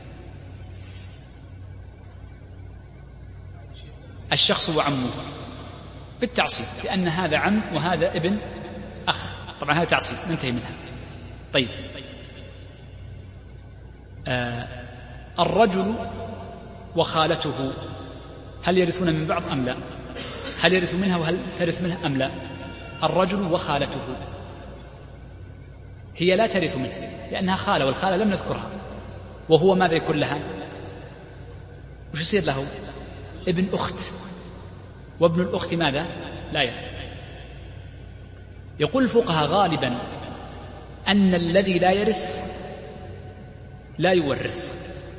الشخص وعمه بالتعصيب، لأن هذا عم وهذا ابن أخ، طبعا هذا تعصيب ننتهي منها. طيب الرجل وخالته هل يرثون من بعض أم لا؟ هل يرث منها وهل ترث منها أم لا؟ الرجل وخالته هي لا ترث منها لأنها خالة، والخالة لم نذكرها، وهو ماذا يكون لها؟ وش يصير له؟ ابن أخت، وابن الأخت ماذا؟ لا يرث. يقول الفقهاء غالبا أن الذي لا يرث لا يورث.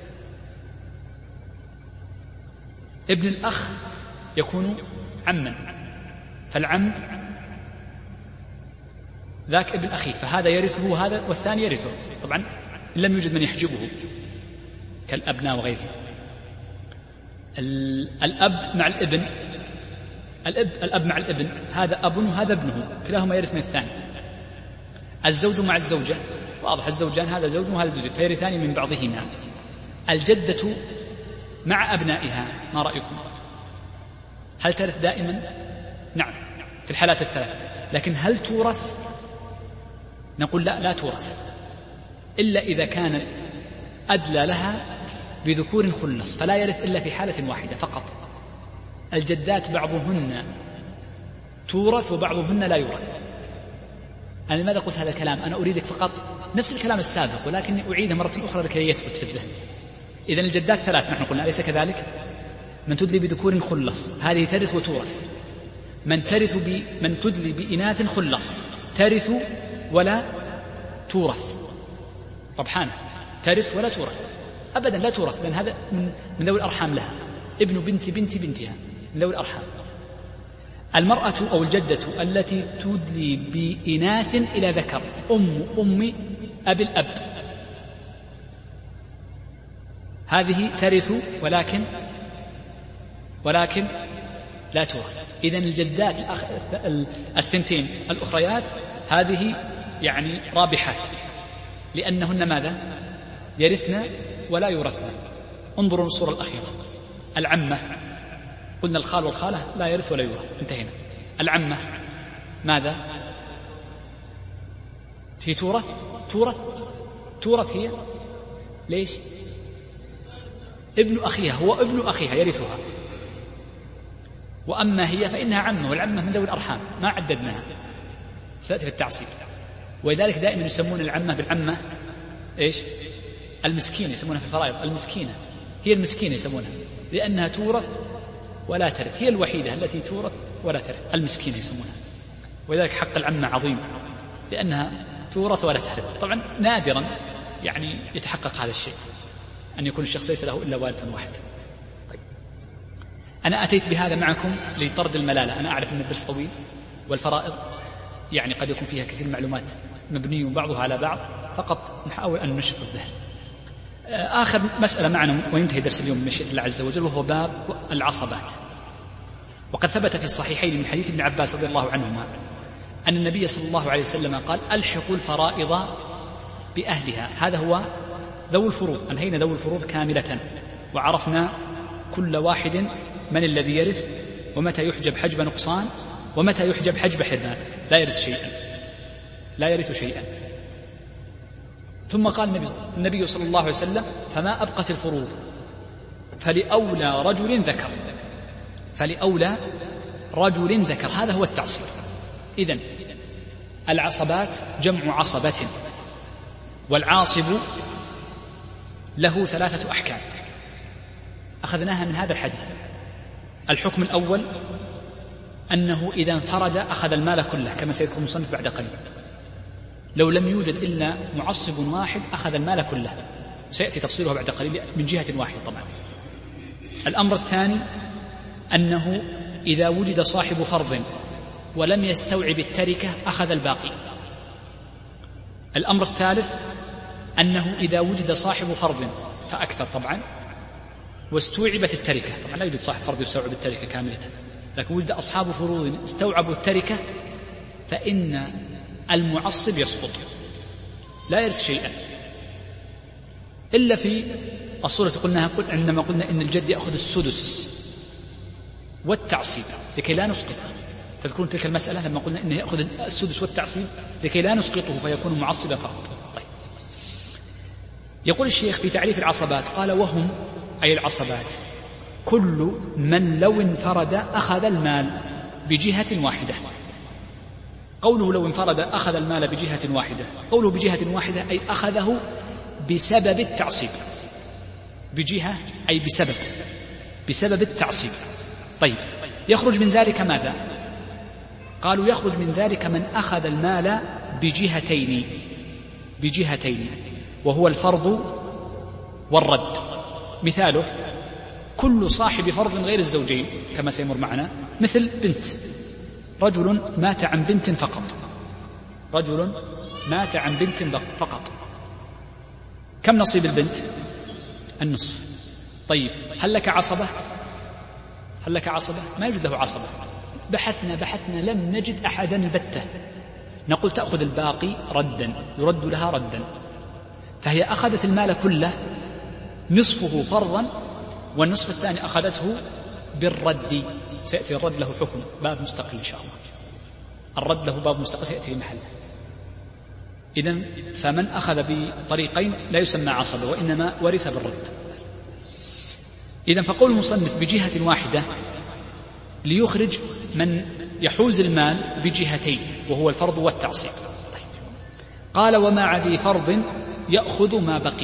ابن الأخ يكون عما، فالعم ذاك ابن أخيه، فهذا يرثه هذا والثاني يرثه، طبعا إن لم يوجد من يحجبه كالأبناء وغيره. الأب مع الابن، الأب مع الابن، هذا أب وهذا ابنه، كلاهما يرث من الثاني. الزوج مع الزوجة واضح، الزوجان هذا زوج وهذا زوج فيرثان من بعضهما. الجدة مع أبنائها ما رأيكم؟ هل ترث دائما؟ نعم في الحالات الثلاث، لكن هل تورث؟ نقول لا تورث إلا إذا كان أدلى لها بذكور خلص، فلا يرث إلا في حالة واحدة فقط. الجدات بعضهن تورث وبعضهن لا يورث. أنا لماذا قلت هذا الكلام؟ أنا أريدك فقط نفس الكلام السابق، ولكني أعيده مرة أخرى لكي يثبت في الذهن. إذن الجدات ثلاث نحن قلنا، أليس كذلك؟ من تدلي بذكور خلص هذه ترث وتورث، من تدلي بإناث خلص ترث ولا تورث. ربحانة ترث ولا تورث أبدا، لا تورث، لأن هذا من ذوي الأرحام لها، ابن بنت بنتها من ذوي الأرحام. المرأة أو الجدة التي تدلي بإناث إلى ذكر، أم أبي الأب، هذه ترث ولكن لا تورث. إذن الجدات الثنتين الأخريات هذه يعني رابحات، لأنهن ماذا؟ يرثن ولا يورثن. انظروا الصورة الأخيرة، العمة، قلنا الخال والخالة لا يرث ولا يورث، انتهينا. العمة ماذا؟ هي تورث هي، ليش؟ ابن أخيها، هو ابن أخيها يرثها، وأما هي فإنها عمة، والعمة من ذوي الأرحام ما عددناها، ستأتي في التعصيب. ولذلك دائما يسمون العمة بالعمة إيش؟ المسكينة، يسمونها في الفرائض المسكينة، هي المسكينة يسمونها، لأنها تورث ولا ترث، هي الوحيدة التي تورث ولا ترث، المسكينة يسمونها. ولذلك حق العمة عظيم لأنها تورث ولا ترث. طبعا نادرا يعني يتحقق هذا الشيء، أن يكون الشخص ليس له إلا والد واحد. طيب. أنا أتيت بهذا معكم لطرد الملالة، أنا أعرف أن الدرس طويل والفرائض يعني قد يكون فيها كثير معلومات مبنية بعضها على بعض، فقط نحاول أن نشط الذهن. آخر مسألة معنا وينتهي درس اليوم بمشيئة الله عز وجل، وهو باب العصبات. وقد ثبت في الصحيحين من حديث ابن عباس رضي الله عنهما أن النبي صلى الله عليه وسلم قال: ألحقوا الفرائض بأهلها. هذا هو ذوي الفروض، أنهينا ذوي الفروض كاملة، وعرفنا كل واحد من الذي يرث ومتى يحجب حجب نقصان ومتى يحجب حجب حرمان؟ لا يرث شيئا، لا يرث شيئا. ثم قال النبي صلى الله عليه وسلم: فما أبقت الفروض فلأولى رجل ذكر، فلأولى رجل ذكر. هذا هو التعصيب. إذن العصبات جمع عصبة، والعاصب له 3 أحكام أخذناها من هذا الحديث. الحكم الأول أنه إذا انفرد أخذ المال كله، كما سيذكر المصنف بعد قليل. لو لم يوجد إلا معصب واحد أخذ المال كله، سيأتي تفصيله بعد قليل من جهة واحدة طبعا. الأمر الثاني أنه إذا وجد صاحب فرض ولم يستوعب التركة أخذ الباقي. الأمر الثالث أنه إذا وجد صاحب فرض فأكثر طبعا واستوعبت التركة، طبعا لا يوجد صاحب فرض يستوعب التركة كاملة، لكن وجد أصحاب فروض استوعبوا التركة فإن المعصب يسقط، لا يرث شيئا، إلا في الصورة قلناها عندما قلنا إن الجد يأخذ السدس والتعصيب لكي لا نسقطه. تذكرون تلك المسألة لما قلنا إنه يأخذ السدس والتعصيب لكي لا نسقطه فيكون معصبا فقط. طيب. يقول الشيخ في تعريف العصبات قال: وهم أي العصبات كل من لو انفرد أخذ المال بجهة واحدة. قوله لو انفرد أخذ المال بجهة واحدة، قوله بجهة واحدة أي أخذه بسبب التعصيب، بجهة أي بسبب التعصيب. طيب، يخرج من ذلك ماذا؟ قالوا يخرج من ذلك من أخذ المال بجهتين وهو الفرض والرد. مثاله كل صاحب فرض غير الزوجين كما سيمر معنا، مثل بنت، رجل مات عن بنت فقط، رجل مات عن بنت فقط، كم نصيب البنت؟ النصف. طيب، هل لك عصبة؟ ما يوجد له عصبة. بحثنا لم نجد أحدا البتة. نقول تأخذ الباقي ردا، يرد لها ردا، فهي أخذت المال كله نصفه فرضا والنصف الثاني أخذته بالرد. سيأتي الرد له حكم باب مستقل إن شاء الله، الرد له باب مستقل سيأتي محله. إذن فمن أخذ بطريقين لا يسمى عصبة وإنما ورث بالرد. إذن فقول المصنف بجهة واحدة ليخرج من يحوز المال بجهتين وهو الفرض والتعصيب. طيب. قال: ومع ذي فرض يأخذ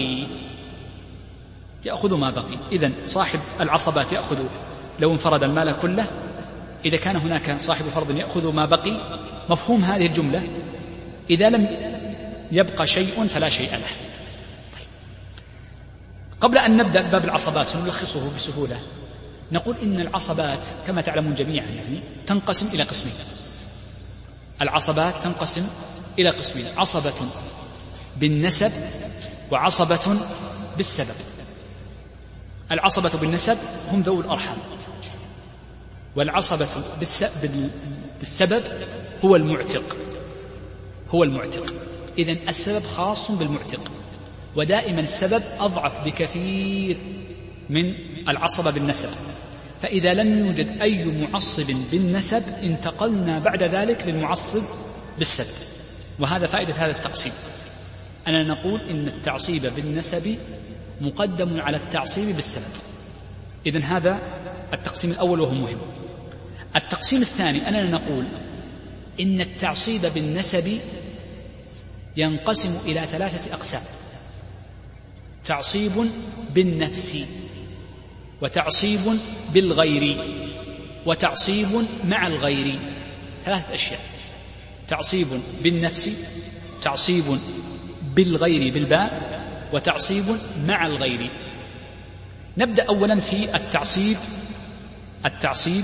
ما بقي. إذن صاحب العصبات يأخذ لو انفرد المال كله، إذا كان هناك صاحب فرض يأخذ ما بقي. مفهوم هذه الجملة: إذا لم يبقى شيء فلا شيء له. طيب. قبل أن نبدأ باب العصبات سنلخصه بسهولة. نقول إن العصبات كما تعلمون جميعا تنقسم إلى قسمين. العصبات تنقسم إلى قسمين: عصبة بالنسب وعصبة بالسبب. العصبة بالنسب هم ذوي الأرحام، والعصبة بالسبب هو المعتق. إذن السبب خاص بالمعتق، ودائما السبب أضعف بكثير من العصبة بالنسب. فإذا لم يوجد أي معصب بالنسب انتقلنا بعد ذلك للمعصب بالسبب، وهذا فائدة هذا التقسيم. أنا نقول إن التعصيب بالنسب مقدم على التعصيب بالسبب. إذن هذا التقسيم الأول وهو مهم. التقسيم الثاني أننا نقول إن التعصيب بالنسب ينقسم إلى 3 أقسام: تعصيب بالنفس، وتعصيب بالغير، وتعصيب مع الغير. 3 أشياء: تعصيب بالنفس، تعصيب بالغير بالباء، وتعصيب مع الغير. نبدأ أولا في التعصيب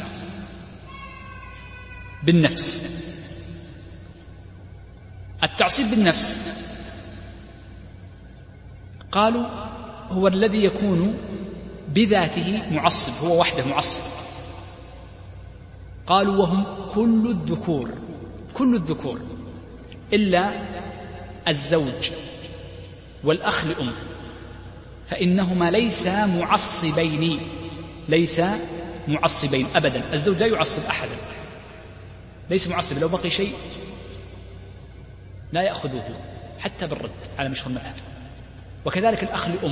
بالنفس. التعصيب بالنفس قالوا هو الذي يكون بذاته معصب، هو وحده معصب. قالوا وهم كل الذكور إلا الزوج والأخ لأم، فإنهما ليس معصبين أبدا. الزوج لا يعصب أحدا، ليس معصب، لو بقي شيء لا يأخذه حتى بالرد على مشهور المذهب. وكذلك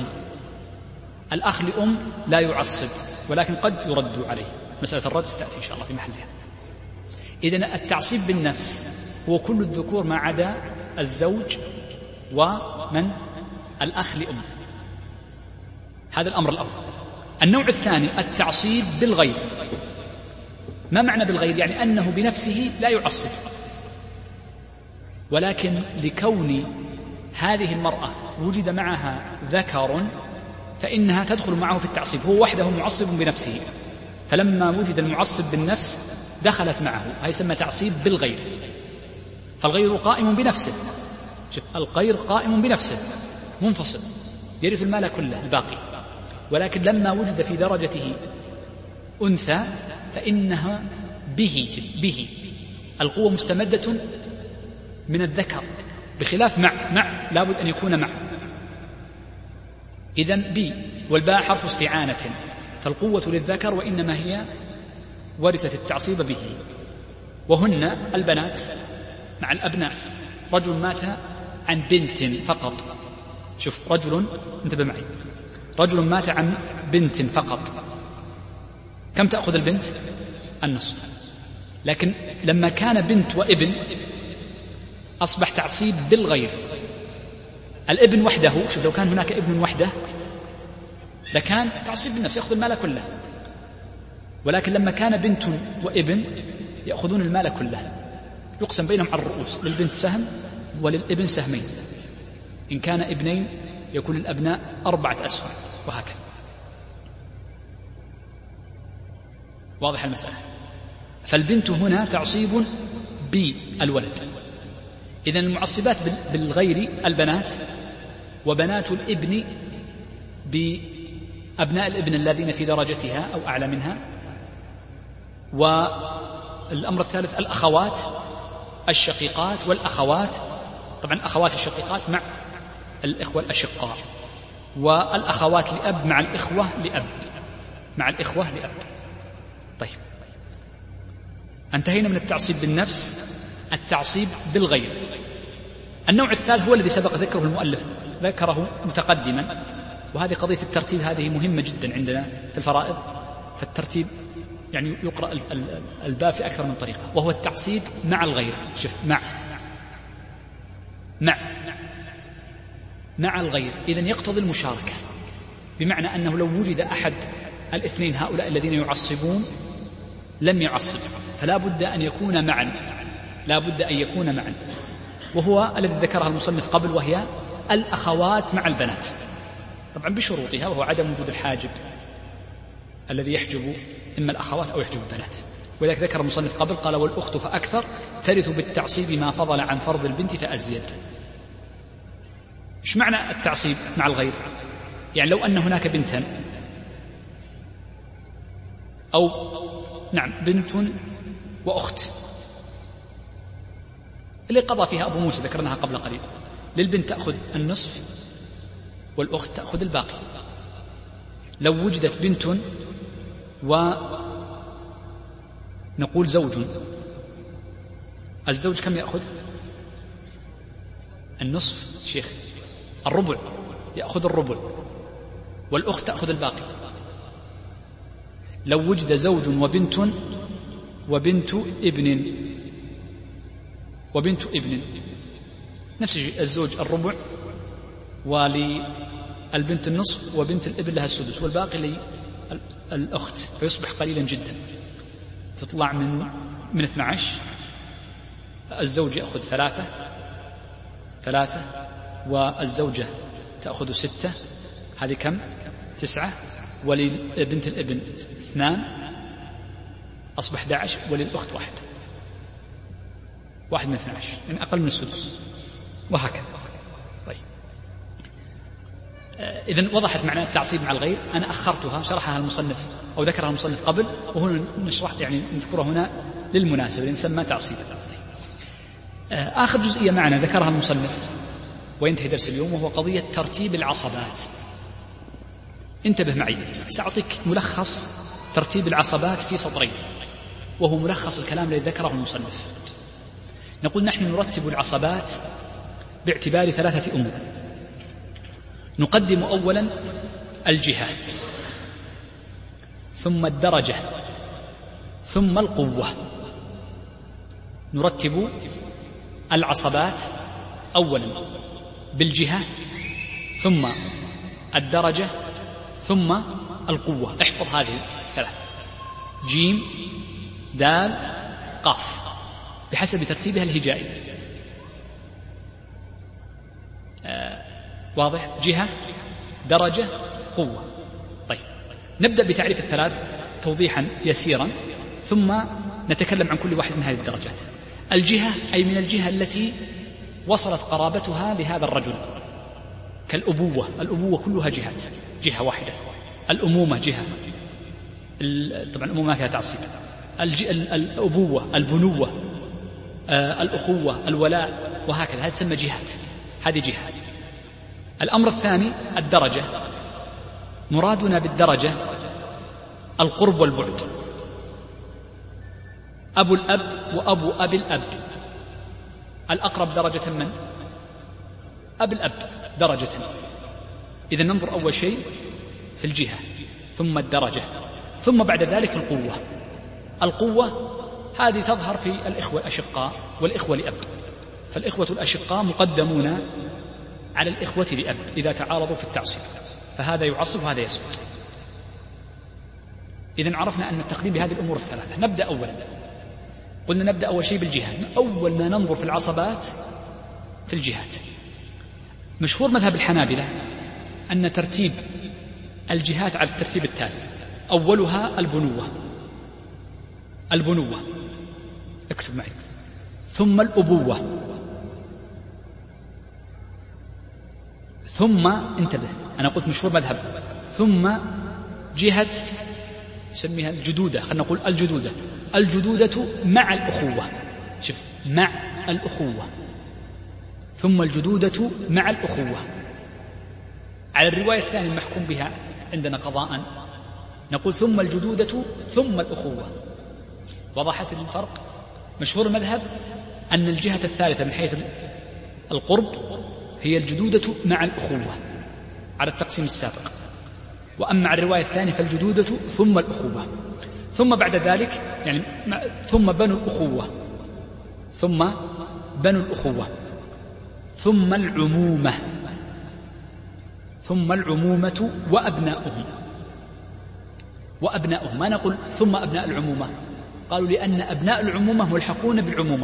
الأخ لأم لا يعصب، ولكن قد يرد عليه، مسألة الرد ستأتي إن شاء الله في محلها. إذن التعصيب بالنفس هو كل الذكور ما عدا الزوج ومن الأخ لأم. هذا الأمر الأول. النوع الثاني التعصيب بالغير. ما معنى بالغير؟ يعني أنه بنفسه لا يعصب، ولكن لكون هذه المرأة وجد معها ذكر فإنها تدخل معه في التعصيب. هو وحده معصب بنفسه، فلما وجد المعصب بالنفس دخلت معه. هذا يسمى تعصيب بالغير. فالغير قائم بنفسه، شوف، الغير قائم بنفسه منفصل يرث المال كله الباقي، ولكن لما وجد في درجته أنثى فإنها به القوة مستمدة من الذكر، بخلاف مع لابد أن يكون مع. إذن بي والباء حرف استعانة، فالقوة للذكر وإنما هي ورثة التعصيب به. وهن البنات مع الأبناء. رجل مات عن بنت فقط، شوف، رجل، انتبه معي، رجل مات عن بنت فقط، كم تأخذ البنت؟ النصف. لكن لما كان بنت وابن أصبح تعصيب بالغير. الابن وحده، شوف، لو كان هناك ابن وحده لكان تعصيب بالنفس يأخذ المال كله، ولكن لما كان بنت وابن يأخذون المال كله، يقسم بينهم على الرؤوس، للبنت سهم وللابن سهمين، إن كان ابنين يكون الأبناء 4 أسهم، وهكذا. واضح المسألة؟ فالبنت هنا تعصيب بالولد. إذن المعصبات بالغير البنات، وبنات الابن بأبناء الابن الذين في درجتها أو أعلى منها. والأمر الثالث الأخوات الشقيقات والأخوات، طبعا الأخوات الشقيقات مع الإخوة الأشقاء، والأخوات لأب مع الإخوة لأب. طيب، انتهينا من التعصيب بالنفس. التعصيب بالغير. النوع الثالث هو الذي سبق ذكره المؤلف، ذكره متقدما، وهذه قضية الترتيب هذه مهمة جدا عندنا في الفرائض، فالترتيب يعني يقرأ الباب في أكثر من طريقة، وهو التعصيب مع الغير. شوف، مع الغير، إذن يقتضي المشاركة، بمعنى أنه لو وجد أحد الاثنين هؤلاء الذين يعصبون لم يعصب، فلا بد أن يكون معا، وهو الذي ذكرها المصنف قبل، وهي الأخوات مع البنات، طبعا بشروطها، وهو عدم وجود الحاجب الذي يحجب إما الأخوات أو يحجب البنات. ولذلك ذكر المصنف قبل قال: والأخت فأكثر ترث بالتعصيب ما فضل عن فرض البنت فأزيد. إيش معنى التعصيب مع الغير؟ يعني لو أن هناك بنتا أو بنت وأخت، اللي قضى فيها أبو موسى ذكرناها قبل قليل، للبنت تأخذ النصف والأخت تأخذ الباقي. لو وجدت بنت ونقول زوج، الزوج كم يأخذ؟ النصف شيخ، الربع، يأخذ الربع، والأخت تأخذ الباقي. لو وجد زوج وبنت ابن نفس الشيء، الزوج الربع وللبنت النصف، وبنت الابن لها السدس، والباقي للأخت، فيصبح قليلا جدا، تطلع من 12. الزوج يأخذ 3 والزوجة تأخذ 6، هذه كم؟ 9. ولبنت الابن 2 أصبح 11، وللأخت 1 من 12، يعني أقل من السدس، وهكذا. طيب، إذن وضحت معنى التعصيب مع الغير. أنا أخرتها، شرحها المصنف أو ذكرها المصنف قبل، وهنا نشرح يعني نذكرها هنا للمناسبة لنسمى تعصيبا. آخر جزئية معنا ذكرها المصنف وينتهي درس اليوم، وهو قضية ترتيب العصبات. انتبه معي، سأعطيك ملخص ترتيب العصبات في سطرين. وهو ملخص الكلام الذي ذكره المصنف. نقول نحن نرتب العصبات باعتبار 3 أمور. نقدم أولا الجهة، ثم الدرجة، ثم القوة. نرتب العصبات أولا بالجهة، ثم الدرجة، ثم القوة. احفظ هذه 3: جيم دال قاف، بحسب ترتيبها الهجائي. واضح؟ جهة، درجة، قوة. طيب، نبدأ بتعريف ال3 توضيحا يسيرا، ثم نتكلم عن كل واحد من هذه الدرجات. الجهة أي من الجهة التي وصلت قرابتها لهذا الرجل، كالأبوة. الأبوة كلها جهات، جهة واحدة. الأمومة جهة، طبعا الأمومة ما فيها تعصيب. الأبوة، البنوة، الأخوة، الولاء، وهكذا. هذه تسمى جهات، هذه جهة. الأمر الثاني الدرجة. مرادنا بالدرجة القرب والبعد. أبو الأب وأبو أبي الأب، الأقرب درجة من؟ أبي الأب درجة. إذا ننظر أول شيء في الجهة، ثم الدرجة، ثم بعد ذلك في القوة. القوة هذه تظهر في الإخوة الأشقاء والإخوة لأب. فالإخوة الأشقاء مقدمون على الإخوة لأب إذا تعارضوا في التعصيب، فهذا يعصب وهذا يسقط. إذن عرفنا أن التقديم بهذه الأمور ال3. نبدأ أولا، قلنا نبدأ أول شيء بالجهة. أول ما ننظر في العصبات في الجهات. مشهور مذهب الحنابلة أن ترتيب الجهات على الترتيب التالي: أولها البنوة، البنوة اكتب معي، ثم الأبوة، ثم انتبه أنا قلت مشهور مذهب، ثم جهة نسميها الجدودة، خلينا نقول الجدودة. الجدودة مع الأخوة، شوف، مع الأخوة، ثم الجدودة مع الأخوة. على الرواية الثانية المحكوم بها عندنا قضاء نقول ثم الجدودة ثم الأخوة. وضحت الفرق؟ مشهور المذهب أن الجهة الثالثة من حيث القرب هي الجدودة مع الأخوة على التقسيم السابق، وأما على الرواية الثانية فالجدودة ثم الأخوة، ثم بعد ذلك يعني ثم بنو الأخوة، ثم بنو الأخوة، ثم العمومة، ثم العمومة وأبناؤهم. وأبناؤهم ما نقول ثم أبناء العمومة، قالوا لأن أبناء العمومة ملحقون بالعمومة،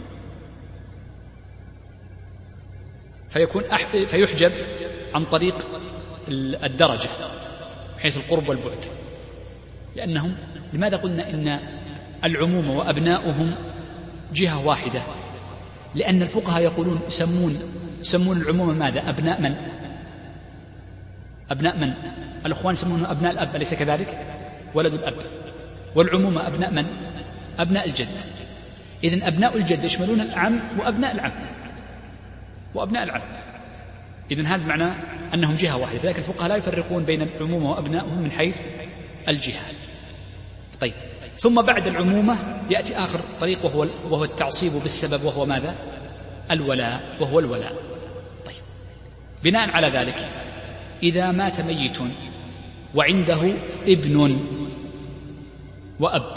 فيحجب عن طريق الدرجة حيث القرب والبعد. لأنهم لماذا قلنا إن العمومة وأبناؤهم جهة واحدة؟ لأن الفقهاء يقولون يسمون العمومة ماذا؟ أبناء من؟ أبناء من؟ الأخوان يسمونهم أبناء الأب، أليس كذلك؟ ولد الأب. والعمومة أبناء من؟ أبناء الجد. إذن أبناء الجد يشملون العم وأبناء العم وأبناء العم. إذن هذا معناه أنهم جهة واحدة، لذلك الفقهاء لا يفرقون بين العمومة وأبنائهم من حيث الجهة. طيب، ثم بعد العمومة يأتي آخر طريق وهو التعصيب بالسبب، وهو ماذا؟ الولاء، وهو الولاء. طيب، بناء على ذلك إذا مات ميت وعنده ابن وأب،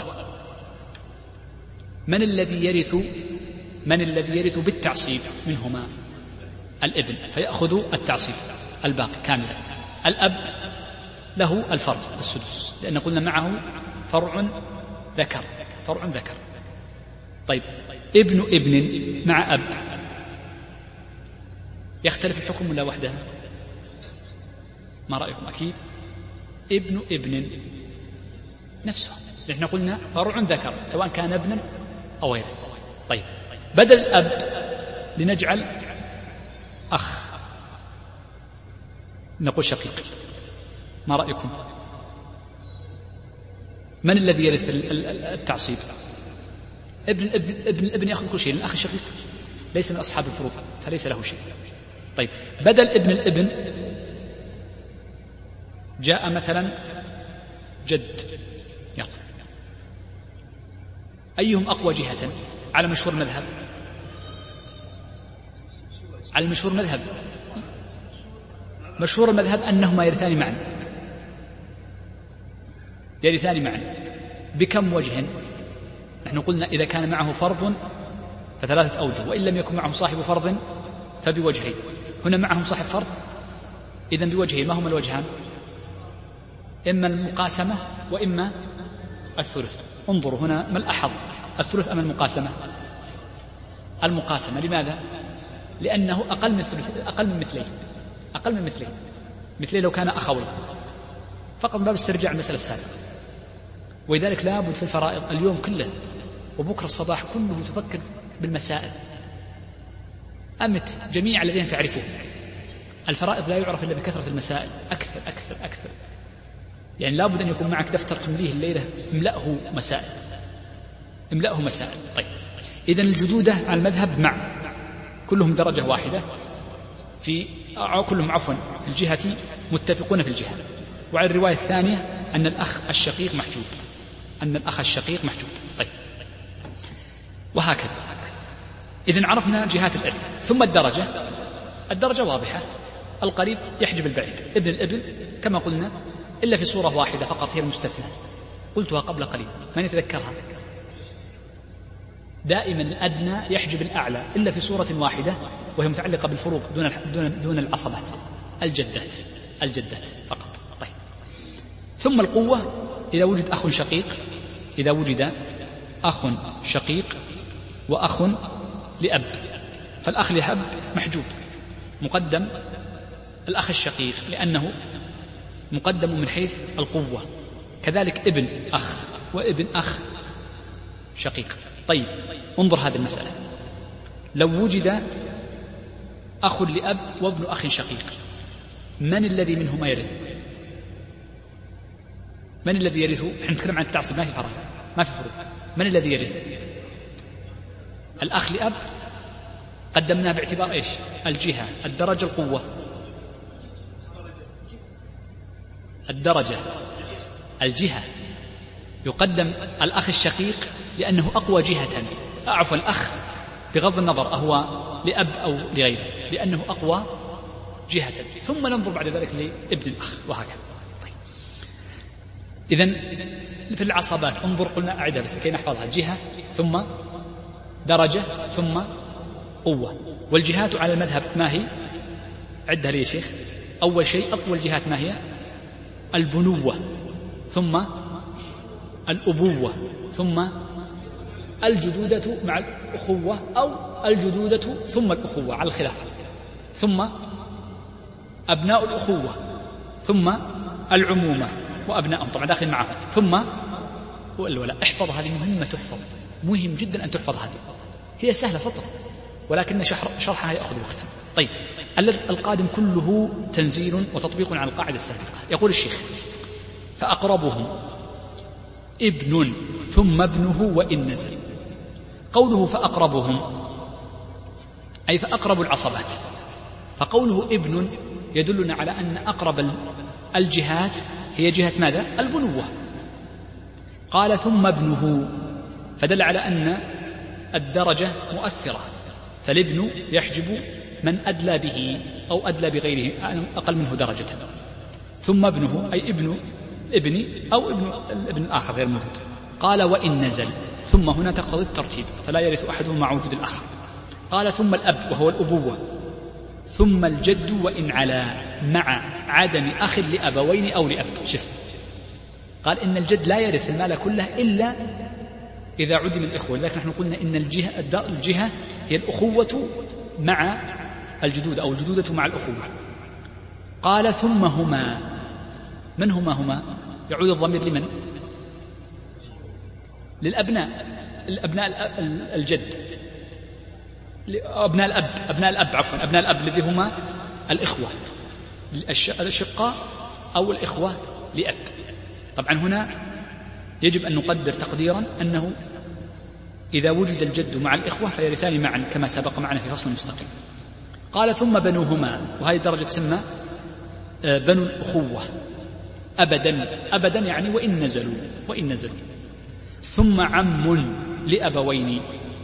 من الذي يرث بالتعصيب منهما؟ الابن، فيأخذ التعصيب الباقي كاملا. الأب له الفرض السدس، لأن قلنا معه فرع ذكر. طيب، ابن مع أب يختلف الحكم ولا وحده؟ ما رأيكم؟ أكيد ابن نفسه، نحن قلنا فرع ذكر سواء كان ابنا أو غيره. طيب، بدل الأب لنجعل أخ، نقول شقيق. ما رأيكم؟ من الذي يرث التعصيب؟ ابن يأخذ كل شيء، الأخ الشقيق ليس من أصحاب الفروض فليس له شيء. طيب، بدل الابن جاء مثلا جد، يلا أيهم أقوى جهة على مشهور مذهب؟ على المشهور مذهب، مشهور المذهب أنهما يرثان معا، يرثان معا. بكم وجه؟ نحن قلنا إذا كان معه فرض فثلاثة أوجه، وإن لم يكن معه صاحب فرض فبوجهين. هنا معهم صاحب فرض، إذن بوجهين. ما هما الوجهان؟ إما المقاسمة وإما الثلث. انظروا هنا ما الأحظ، الثلث أم المقاسمة؟ المقاسمة. لماذا؟ لأنه أقل من ثلث، أقل من مثلين، أقل من مثلين. مثلين لو كان أخوي فقط، باب استرجاع المسألة السابقة. ولذلك لابد في الفرائض اليوم كله وبكرة الصباح كله تفكر بالمسائل. أمت جميع الذين تعرفون الفرائض لا يعرف إلا بكثرة المسائل، أكثر أكثر أكثر. يعني لابد أن يكون معك دفتر تمليه الليلة املأه مسائل، املأه مسائل. طيب، إذن الجدودة على المذهب مع كلهم درجة واحدة، كلهم عفوا في الجهة متفقون في الجهة. وعلى الرواية الثانية أن الأخ الشقيق محجوب، أن الأخ الشقيق محجوب. طيب، وهكذا. إذن عرفنا جهات الإرث. ثم الدرجة واضحة، القريب يحجب البعيد، ابن الابن كما قلنا، إلا في صورة واحدة فقط هي المستثنى، قلتها قبل قليل، من يتذكرها؟ دائما الأدنى يحجب الأعلى إلا في صورة واحدة وهي متعلقة بالفروض دون العصبات، الجدات فقط. طيب، ثم القوة إذا وجد أخ شقيق، إذا وجد أخ شقيق وأخ لأب، فالأخ لأب محجوب، مقدم الأخ الشقيق لأنه مقدم من حيث القوة، كذلك ابن أخ وابن أخ شقيق. طيب، انظر هذه المسألة، لو وجد أخ لأب وابن أخ شقيق، من الذي منهما يرث؟ من الذي يرث؟ نحن نتكلم عن التعصيب، ما في فرق، ما في فروق. من الذي يرث؟ الأخ لأب قدمناه باعتبار إيش؟ الجهة، الدرجة، القوة. الدرجة، الجهة، يقدم الأخ الشقيق لأنه أقوى جهة، عفوا الأخ بغض النظر أهو لأب أو لغيره، لأنه أقوى جهة، ثم ننظر بعد ذلك لابن الأخ وهكذا. طيب، إذن في العصبات انظر، قلنا أعدها بس كي نحفظها، جهة ثم درجة ثم قوة. والجهات على المذهب ما هي؟ عدها لي يا شيخ. أول شيء أقوى الجهات ما هي؟ البنوة، ثم الأبوة، ثم الجدودة مع الأخوة، أو الجدودة ثم الأخوة على الخلاف، ثم أبناء الأخوة، ثم العمومة وأبنائهم طبعا داخل معهم، ثم الولاء. احفظ هذه، مهمة تحفظ، مهم جدا أن تحفظ هذه، هي سهلة سطر ولكن شرحها يأخذ وقتا. طيب، القادم كله تنزيل وتطبيق على القاعدة السابقة. يقول الشيخ: فأقربهم ابن ثم ابنه وإن نزل. قوله فأقربهم أي فأقرب العصبات، فقوله ابن يدلنا على أن أقرب الجهات هي جهة ماذا؟ البنوة. قال ثم ابنه، فدل على أن الدرجة مؤثرة، فالابن يحجب من أدلى به أو أدلى بغيره أقل منه درجة. ثم ابنه أي ابن ابني أو ابن الآخر غير موجود. قال وإن نزل، ثم هنا تقتضي الترتيب، فلا يرث أحدهم مع وجود الآخر. قال ثم الأب وهو الأبوة، ثم الجد وإن علا مع عدم أخ لأبوين أو لأب. شف، قال إن الجد لا يرث المال كله إلا إذا عدم الإخوة. لذلك نحن قلنا إن الجهة هي الأخوة مع الجدود أو الجدودة مع الأخوة. قال ثم هما، من هما؟ يعود الضمير لمن؟ للأبناء، الأبناء الجد، أبناء الأب عفوا، أبناء الأب الذي هما الإخوة الأشقاء أو الإخوة لأب. طبعا هنا يجب أن نقدر تقديرا أنه إذا وجد الجد مع الإخوة فيرثان معا كما سبق معنا في فصل مستقيم. قال ثم بنوهما، وهذه الدرجة تسمى بنو الأخوة أبدا يعني وإن نزلوا. ثم عم لأبوين،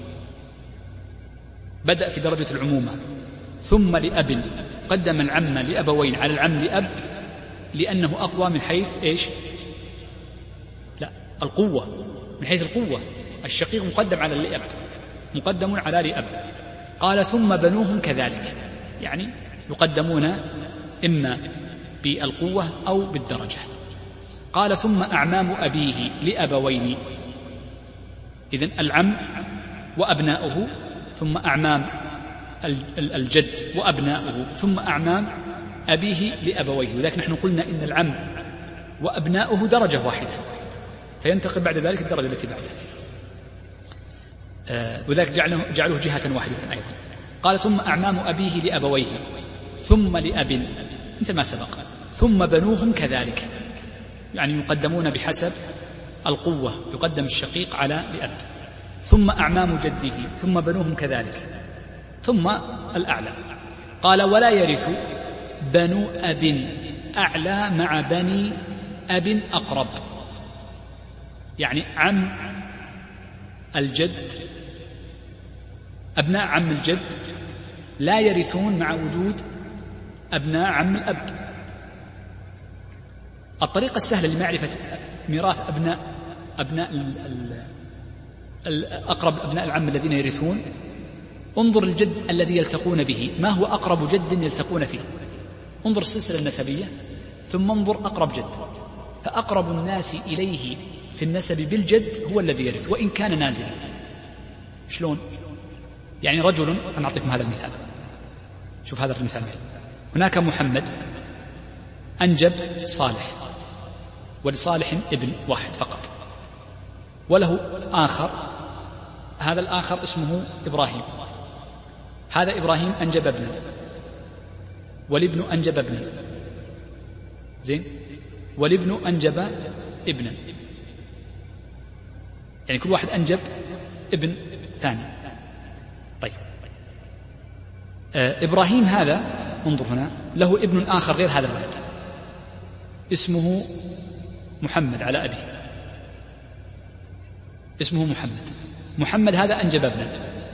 بدأ في درجة العمومة، ثم لأب، قدم العم لأبوين على العم لأب لأنه أقوى من حيث إيش؟ لا، القوة، من حيث القوة الشقيق مقدم على الأب، مقدم على لأب. قال ثم بنوهم كذلك، يعني يقدمون إما بالقوة أو بالدرجة. قال ثم أعمام أبيه لأبوين، إذن العم وأبناؤه، ثم أعمام الجد وأبناؤه، ثم أعمام أبيه لأبويه. وذلك نحن قلنا إن العم وأبناؤه درجة واحدة، فينتقل بعد ذلك الدرجة التي بعدها، وذلك جعلوه جهة واحدة أيضا. قال ثم أعمام أبيه لأبويه، ثم لأب مثل ما سبق، ثم بنوهم كذلك، يعني يقدمون بحسب القوة، يقدم الشقيق على لأب. ثم أعمام جده، ثم بنوهم كذلك، ثم الأعلى. قال ولا يرث بنو أب أعلى مع بني أب أقرب، يعني عم الجد، أبناء عم الجد لا يرثون مع وجود أبناء عم الأب. الطريقة السهلة لمعرفة ميراث أبناء أقرب أبناء العم الذين يرثون، انظر الجد الذي يلتقون به، ما هو أقرب جد يلتقون فيه، انظر السلسلة النسبية ثم انظر أقرب جد، فأقرب الناس إليه في النسب بالجد هو الذي يرث وإن كان نازلا. شلون؟ يعني رجل، أنا أعطيكم هذا المثال، شوف هذا المثال، هناك محمد أنجب صالح، ولصالح ابن واحد فقط، وله آخر، هذا الآخر اسمه إبراهيم، هذا إبراهيم أنجب ابنا، والابن أنجب ابنا، زين، والابن أنجب ابنا، يعني كل واحد أنجب ابن ثاني. طيب إبراهيم هذا، انظر هنا، له ابن آخر غير هذا الولد اسمه محمد على أبيه، اسمه محمد هذا أنجب ابنا.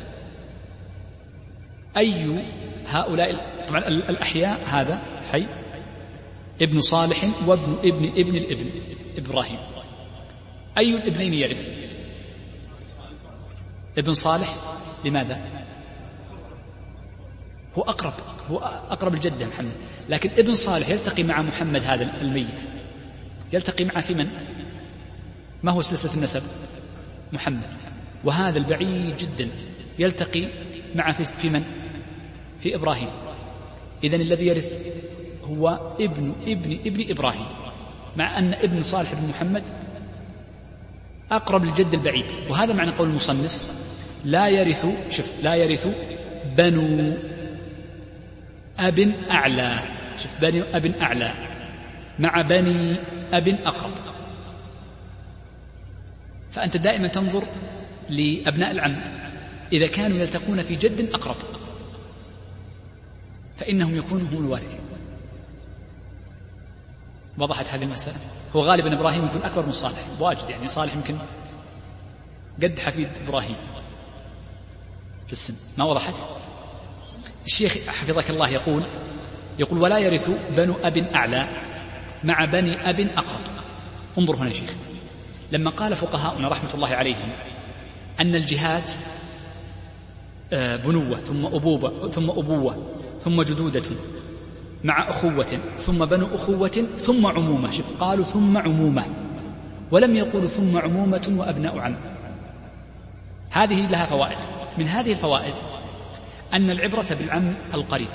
أي هؤلاء، طبعا الأحياء هذا حي ابن صالح وابن ابن الابن إبراهيم، أي الابنين يرث؟ ابن صالح. لماذا؟ هو أقرب الجدة محمد، لكن ابن صالح يلتقي مع محمد هذا الميت، يلتقي معه في من؟ ما هو سلسلة النسب؟ محمد، وهذا البعيد جدا يلتقي معه في من؟ في إبراهيم. إذن الذي يرث هو ابن إبراهيم، مع أن ابن صالح بن محمد أقرب للجد البعيد. وهذا معنى قول المصنف لا يرث، شوف، لا يرث بنو أب أعلى، شوف، بني أب أعلى مع بني أب أقرب. فأنت دائما تنظر لأبناء العم إذا كانوا يلتقون في جد أقرب فإنهم يكونوا هم الوارثين. وضحت هذه المسألة؟ هو غالبا إبراهيم يكون أكبر من صالح واجد، يعني صالح يمكن قد حفيد إبراهيم في السن. ما وضحت؟ الشيخ حفظك الله يقول ولا يرث بنو أب أعلى مع بني أب أقرب. انظر هنا يا شيخ، لما قال فقهاؤنا رحمة الله عليهم أن الجهات بنوة ثم أبوة ثم أبوة ثم جدودة مع أخوة ثم بنو أخوة ثم عمومة، شوف، قالوا ثم عمومة ولم يقولوا ثم عمومة وأبناء عم. هذه لها فوائد، من هذه الفوائد أن العبرة بالعم القريب،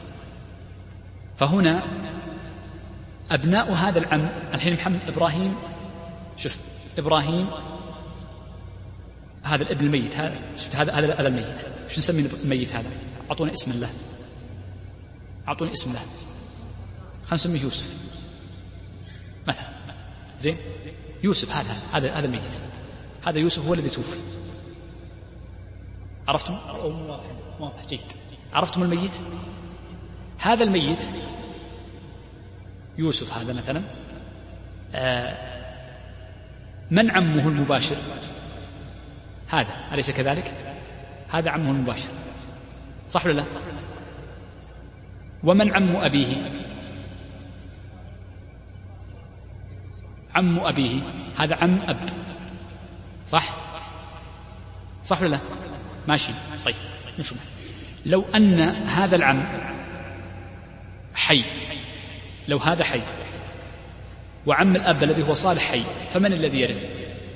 فهنا أبناء هذا العم الحين محمد إبراهيم، شوف إبراهيم هذا الابن الميت، هذا شفت هذا الميت، شو نسمي الميت هذا؟ أعطونا اسم الله، أعطوني اسم الله، خلينا نسميه يوسف مثلا، زين، يوسف هذا الميت، هذا يوسف هو الذي توفي. عرفتم؟ واضح جيد، عرفتم الميت؟ هذا الميت يوسف هذا مثلا، من عمه المباشر؟ هذا أليس كذلك؟ هذا عمه المباشر، صح ولا لا؟ ومن عم أبيه؟ عم أبيه هذا عم أب، صح ولا لا؟ ماشي. طيب نشوف، لو أن هذا العم حي، لو هذا حي وعم الأب الذي هو صالح حي، فمن الذي يرث؟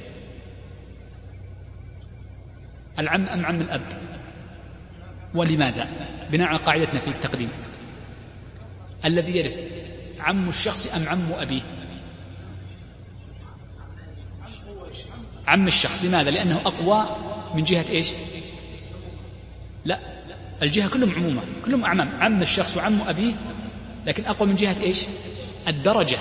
العم أم عم الأب؟ ولماذا؟ بناء على قاعدتنا في التقديم، الذي يرث عم الشخص أم عم أبيه؟ عم الشخص. لماذا؟ لأنه أقوى من جهة إيش؟ لا، الجهة كلهم عموما، كلهم أعمام، عم الشخص وعم أبيه، لكن أقوى من جهة إيش؟ الدرجة.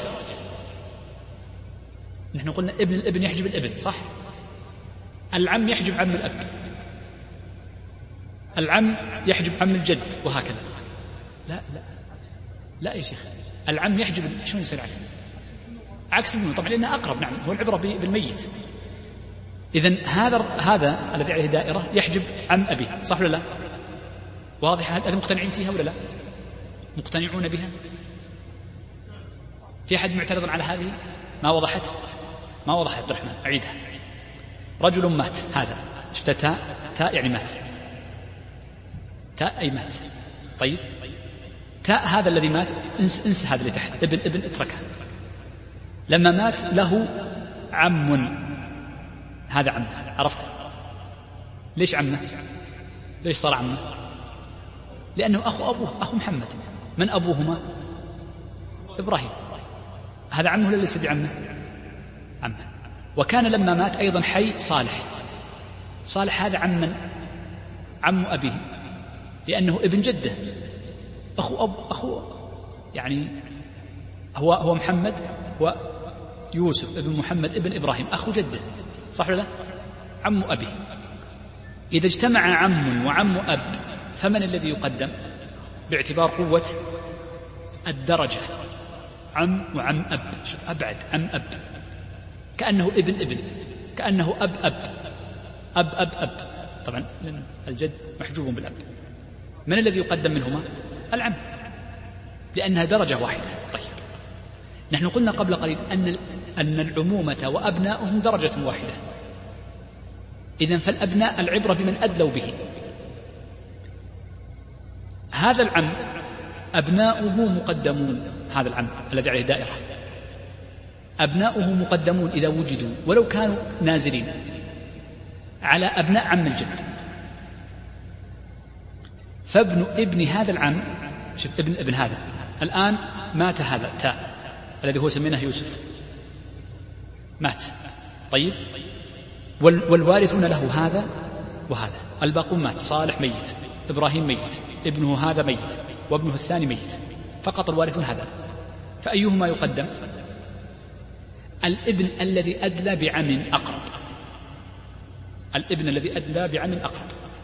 نحن قلنا ابن الابن يحجب الابن، صح؟ العم يحجب عم الأب، العم يحجب عم الجد، وهكذا. لا يا شيخ، العم يحجب، شلون يصير عكس ابنه؟ طبعا لأنه أقرب. نعم، هو العبرة بالميت. إذن هذا الذي عليه دائرة يحجب عم أبيه، صح ولا لا؟ واضح؟ هل مقتنعين فيها ولا لا؟ مقتنعون بها؟ في أحد معترض على هذه؟ ما وضحت عبد الرحمن، أعيدها. رجل مات، هذا شفت تاء يعني مات، تاء أي مات. طيب تاء هذا الذي مات، انس هذا اللي تحت، ابن اتركها. لما مات له عم، هذا عمه، عرفت ليش عمه؟ ليش صار عمه؟ لأنه أخو محمد. من أبوهما؟ إبراهيم. هذا عمه ولا ليس بعمه؟ عمه. وكان لما مات أيضا حي صالح هذا عم أبيه، لأنه ابن جده، أخو يعني هو محمد، هو يوسف ابن محمد ابن إبراهيم، أخو جده، صح ولا لا؟ عم أبيه. إذا اجتمع عم وعم أب، فمن الذي يقدم باعتبار قوة الدرجة؟ عم وعم أب، شوف أبعد، عم أب كأنه ابن، كأنه أب. طبعا الجد محجوب بالأب. من الذي يقدم منهما؟ العم، لأنها درجة واحدة. طيب نحن قلنا قبل قليل أن العمومة وأبناؤهم درجة واحدة. إذن فالأبناء العبرة بمن أدلوا به. هذا العم أبناؤه مقدمون، هذا العم الذي عليه دائرة أبناؤه مقدمون إذا وجدوا، ولو كانوا نازلين، على أبناء عم الجد. فابن ابن هذا العم، شوف ابن هذا الآن مات، هذا تاء الذي هو سميناه يوسف مات. طيب والوارثون له هذا وهذا، الباقون مات، صالح ميت، إبراهيم ميت، ابنه هذا ميت، وابنه الثاني ميت، فقط الوارثون هذا. فأيهما يقدم؟ الابن الذي أدلى بعم أقرب، الابن الذي أدلى بعم أقرب.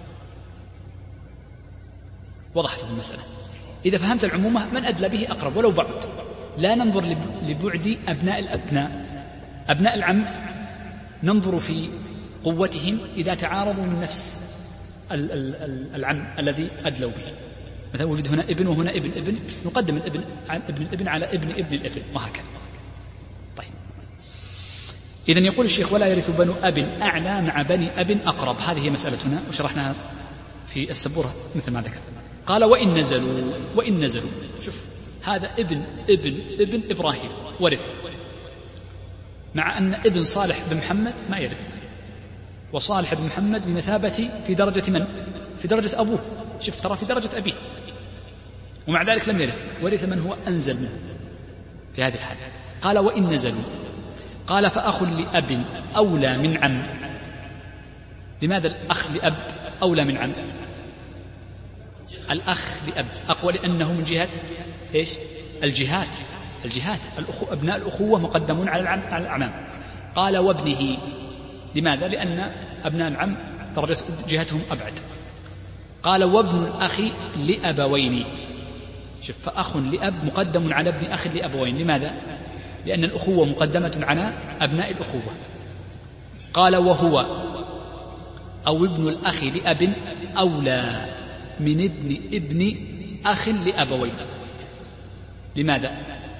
وضحت المسألة؟ إذا فهمت العمومة، من أدلى به أقرب ولو بعد. لا ننظر لبعد أبناء العم، ننظر في قوتهم إذا تعارضوا من نفس العم الذي أدلوا به. مثلا وجد هنا ابن وهنا ابن، نقدم الابن على ابن الابن، وهكذا. طيب إذن يقول الشيخ: ولا يرث بنو أب أعلى مع بني أب أقرب. هذه هي مسألتنا وشرحناها في السبورة مثل ما ذكر. قال: وإن نزلوا. شوف هذا ابن إبراهيم ورث، مع أن ابن صالح بن محمد ما يرث، وصالح بن محمد بمثابة في درجة من؟ في درجة أبوه. شوف ترى في درجة أبيه، ومع ذلك لم يرث، ورث من هو أنزل منه في هذه الحالة. قال: وإن نزلوا. قال: فأخ لأب أولى من عم. لماذا الأخ لأب أولى من عم؟ الأخ لأب أقوى، لأنه من جهة إيش؟ الجهات أبناء الأخوة مقدمون على الأعمام. قال: وابنه. لماذا؟ لأن أبناء العم درجة جهتهم أبعد. قال: وابن الأخ لأبوين. شوف، فأخ لأب مقدم على ابن أخ لأبوين. لماذا؟ لأن الأخوة مقدمة على أبناء الأخوة. قال: وهو أو ابن الأخ لأب أولى من ابن أخ لأبوين. لماذا؟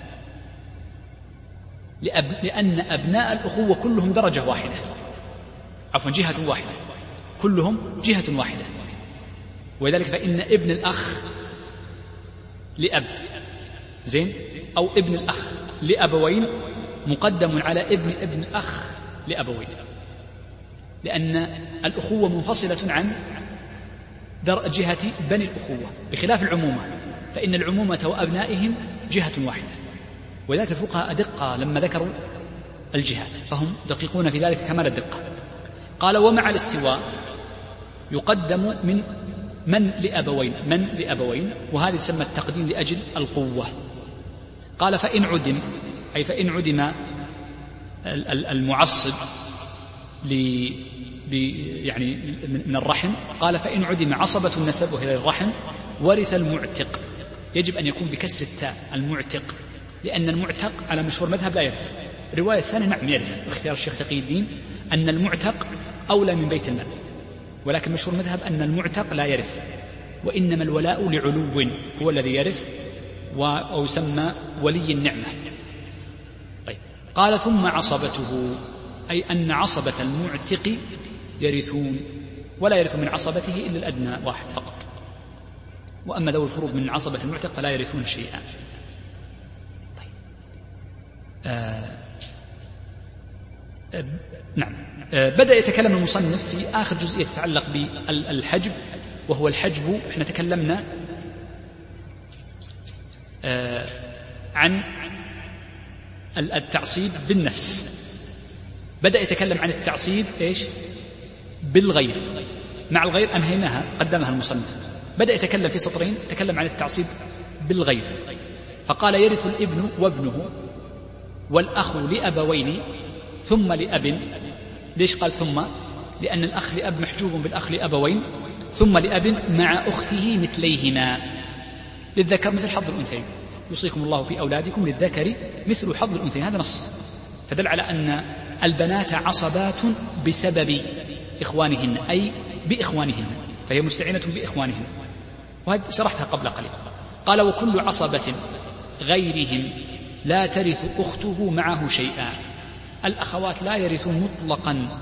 لأن أبناء الأخوة كلهم درجة واحدة، عفوا جهة واحدة، كلهم جهة واحدة، ولذلك فإن ابن الأخ لأب زين أو ابن الأخ لأبوين مقدم على ابن الأخ لأبوين، لأن الأخوة منفصلة عن جهة بني الأخوة، بخلاف العمومة فإن العمومة وأبنائهم جهة واحدة. ولذلك الفقهاء أدقة لما ذكروا الجهات، فهم دقيقون في ذلك كمال الدقة. قال ومع الاستواء يقدم من لأبوين، وهذه تسمى التقديم لأجل القوة. قال فإن عدم، أي فإن عدم المعصب يعني من الرحم، قال فإن عدم عصبة النسب وهي الرحم ورث المعتق. يجب أن يكون بكسر التاء المعتق، لأن المعتق على مشهور مذهب لا يرث. الرواية الثانية نعم يرث، باختيار الشيخ تقي الدين أن المعتق أولى من بيت المال، ولكن مشهور مذهب أن المعتق لا يرث، وإنما الولاء لعلو هو الذي يرث، ويسمى ولي النعمة. طيب قال ثم عصبته، أي أن عصبة المعتق يرثون، ولا يرث من عصبته إلا الأدنى واحد فقط، وأما ذوي الفروض من عصبة المعتق فلا يرثون شيئا. نعم. بدأ يتكلم المصنف في آخر جزئية تتعلق بالحجب، وهو الحجب. احنا تكلمنا عن التعصيب بالنفس، بدأ يتكلم عن التعصيب بالغير. مع الغير أنهيناها قدمها المصنف، بدأ يتكلم في سطرين تكلم عن التعصيب بالغير، فقال يرث الابن وابنه والأخ لأبوين ثم لأب. ليش قال ثم؟ لأن الأخ لأب محجوب بالأخ لأبوين، ثم لأب مع أخته مثليهما، للذكر مثل حظ الأنثيين، يوصيكم الله في أولادكم للذكر مثل حظ الأنثيين. هذا نص، فدل على أن البنات عصبات بسبب إخوانهن، أي بإخوانهن، فهي مستعينة بإخوانهن، وهذا شرحتها قبل قليل. قال وكل عصبة غيرهم لا ترث أخته معه شيئا. الأخوات لا يرثون مطلقا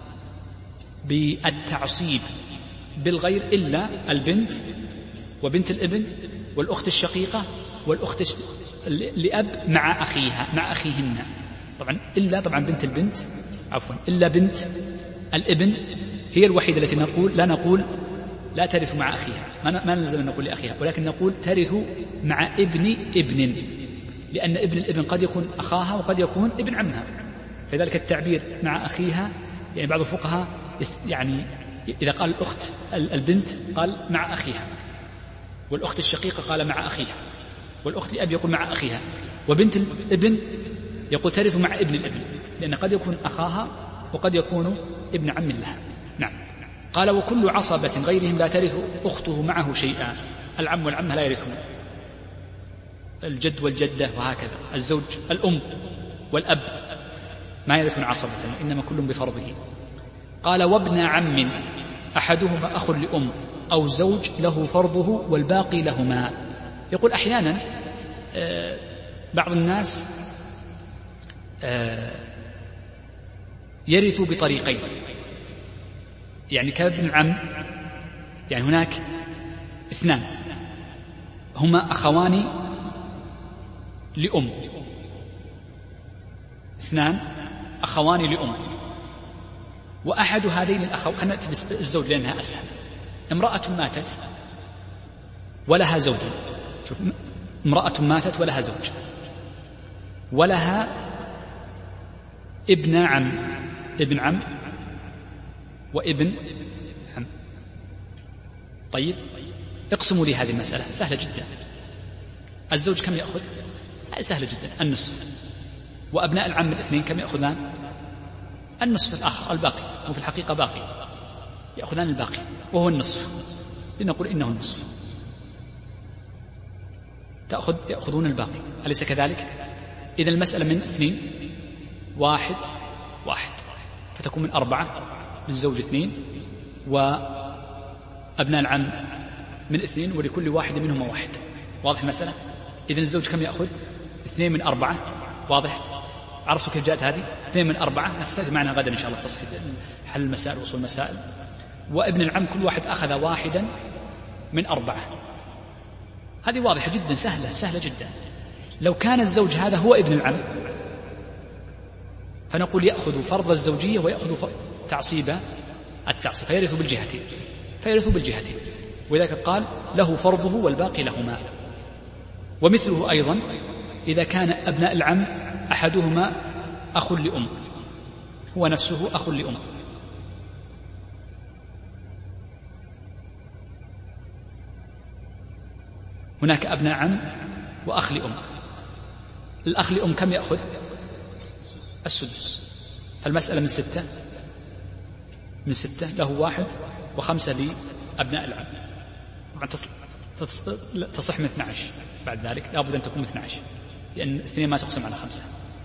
بالتعصيب بالغير إلا البنت وبنت الابن والأخت الشقيقة والأخت لأب مع أخيهن، طبعا إلا بنت البنت، إلا بنت الابن هي الوحيدة التي لا نقول لا ترث مع أخيها، ما نلزم أن نقول لأخيها، ولكن نقول ترث مع ابن، لأن ابن الابن قد يكون أخاها وقد يكون ابن عمها، فذلك التعبير مع أخيها يعني بعض الفقهاء يعني إذا قال الأخت البنت قال مع أخيها، والأخت الشقيقة قال مع أخيها، والأخت الأب يقول مع أخيها، وبنت الابن يقول ترث مع ابن الابن، لأن قد يكون أخاها وقد يكون ابن عم لها. نعم. قال وكل عصبة غيرهم لا ترث أخته معه شيئا. العم والعمة لا يرثون، الجد والجدة وهكذا، الزوج الأم والأب ما يرثون عصبة، إنما كل بفرضه. قال وابن عم أحدهما أخ لأم أو زوج له فرضه والباقي لهما. يقول أحيانا بعض الناس يرث بطريقين، يعني كابن عم، يعني هناك اثنان هما أخوان لأم، اثنان أخوان لأم، وأحد هذين الأخوين، خلينا نأتي بالزوج لأنها أسهل، امرأة ماتت ولها زوج، شوف، امرأة ماتت ولها زوج ولها ابن عم وابن عم. طيب اقسموا لي هذه المسألة سهلة جدا. الزوج كم يأخذ؟ سهلة جدا، النصف. وأبناء العم الاثنين كم يأخذان؟ النصف الآخر، الباقي هو في الحقيقة باقي، يأخذان الباقي وهو النصف، لنقول إنه النصف، يأخذون الباقي، أليس كذلك؟ إذا المسألة من 2 1 1، فتكون من 4 للزوج 2 وأبناء العم من 2 ولكل واحد منهما 1. واضح المسألة؟ إذن الزوج كم يأخذ؟ 2 من 4. واضح؟ عرفتوا كيف جاءت هذه؟ 2 من 4. هستأتي معنا غدا إن شاء الله التصحيح حل المسائل وصول المسائل. وابن العم كل واحد أخذ 1 من 4. هذه واضحة جدا، سهلة جدا. لو كان الزوج هذا هو ابن العم فنقول يأخذ فرض الزوجية ويأخذ تعصيب التعصيب، فيرث بالجهتين. ولذلك قال له فرضه والباقي لهما. ومثله أيضا إذا كان أبناء العم أحدهما أخ لأم، هو نفسه أخ لأم، هناك أبناء عم وأخ لأم. الأخ لأم كم يأخذ؟ السدس. فالمسألة من 6 له 1 و5 لأبناء العم. طبعا تصح من 12 بعد ذلك، لابد أن تكون من 12 لأن 2 ما تقسم على 5.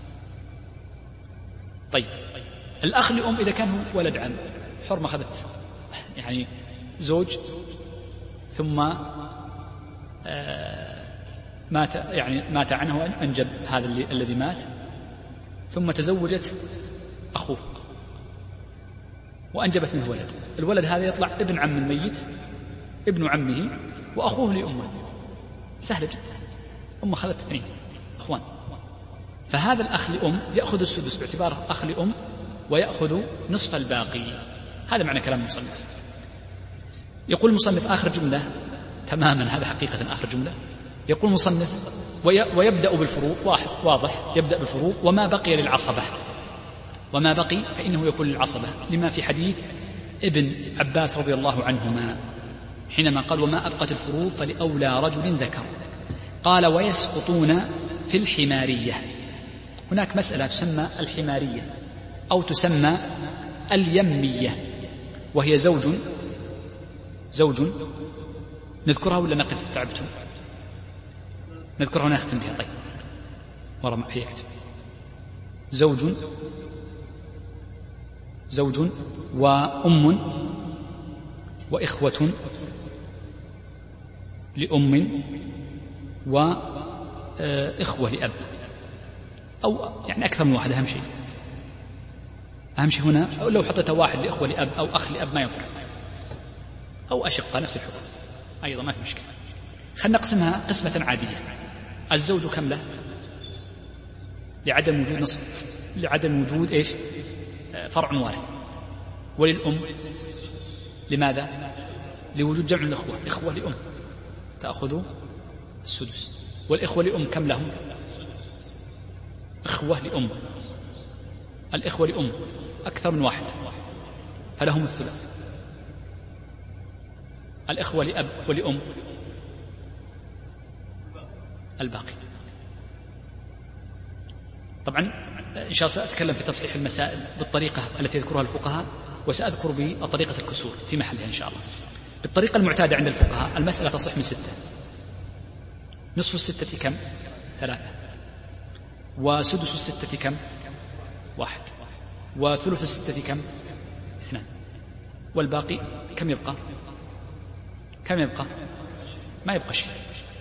طيب الأخ لأم إذا كان ولد عم حر، ما أخذت يعني زوج ثم مات عنه وأنجب هذا الذي مات، ثم تزوجت أخوه وأنجبت منه ولد. الولد هذا يطلع ابن عم الميت، ابن عمه وأخوه لأمه. سهلة جدا، أم أخذت 2 أخوان. فهذا الأخ لأم يأخذ السدس باعتباره أخ لأم ويأخذ نصف الباقي. هذا معنى كلام المصنف. يقول المصنف آخر جملة تماما، هذا حقيقة آخر جملة. يقول المصنف ويبدأ بالفروض. واضح، يبدأ بالفروض. وما بقي للعصبة، وما بقي فإنه يكون للعصبة، لما في حديث ابن عباس رضي الله عنهما حينما قال وما أبقت الفروض فلأولى رجل ذكر. قال ويسقطون في الحمارية. هناك مسألة تسمى الحمارية أو تسمى اليمية، وهي زوج نذكرها ولا نقف؟ تعبتم؟ نذكرها ونختم بها. طيب ورا ما يكتب. زوج وأم وإخوة لأم وإخوة لأب، أو يعني أكثر من واحد. أهم شيء هنا لو حطيت 1 لإخوة لأب أو أخ لأب ما يضر، أو أشقة نفس الحكم أيضا ما في مشكلة. خلنا نقسمها قسمة عادية. الزوج كم له؟ لعدم وجود نصف، لعدم وجود إيش؟ فرع وارث. وللأم لماذا؟ لوجود جمع الإخوة، إخوة لأم تأخذ السدس. والإخوة لأم كم لهم؟ إخوة لأم، الإخوة لأم أكثر من 1 فلهم الثلث. الإخوة لأب ولأم الباقي. طبعا إن شاء الله سأتكلم في تصحيح المسائل بالطريقة التي يذكرها الفقهاء، وسأذكر بطريقة الكسور في محلها إن شاء الله. بالطريقة المعتادة عند الفقهاء المسألة تصح من 6. نصف 6 كم؟ 3. وسدس 6 كم؟ 1. وثلث 6 كم؟ 2. والباقي كم يبقى؟ ما يبقى شيء.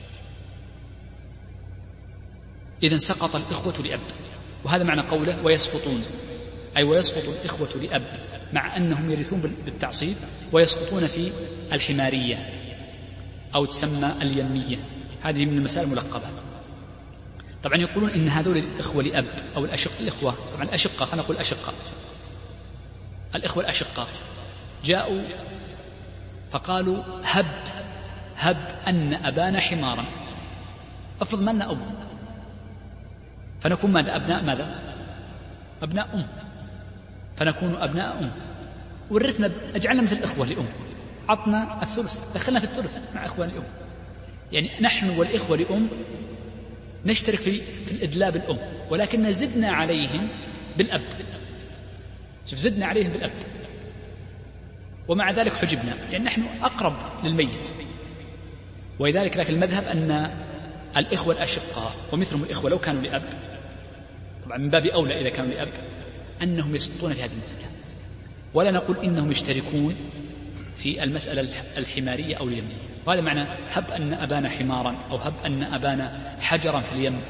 إذن سقط الإخوة لأب، وهذا معنى قوله ويسقطون، أي ويسقط الإخوة لأب مع أنهم يرثون بالتعصيب، ويسقطون في الحمارية أو تسمى اليمية. هذه من المسائل الملقبة. طبعا يقولون إن هذول الإخوة لأب أو الإخوة طبعا الأشقة، خلينا نقول الإخوة الأشقاء جاءوا فقالوا هب أن أبانا حمارا، أفرض ما لنا أب، فنكون أبناء أم، فنكون أبناء أم، ورثنا أجعلنا مثل الإخوة لأم، عطنا الثلث، دخلنا في الثلث مع إخوة لأم. يعني نحن والإخوة لأم نشترك في الإدلاء بالأم، ولكن زدنا عليهم بالأب. شوف، زدنا عليهم بالأب، ومع ذلك حجبنا، يعني نحن أقرب للميت. ولذلك لكن المذهب أن الإخوة الأشقاء ومثلهم الإخوة لو كانوا لأب، طبعا من باب أولى إذا كانوا لأب، أنهم يسقطون في هذه المسألة. ولا نقول إنهم يشتركون في المسألة الحمارية أو اليمية. وهذا معنى هب أن أبانا حمارا أو هب أن أبانا حجرا في اليم،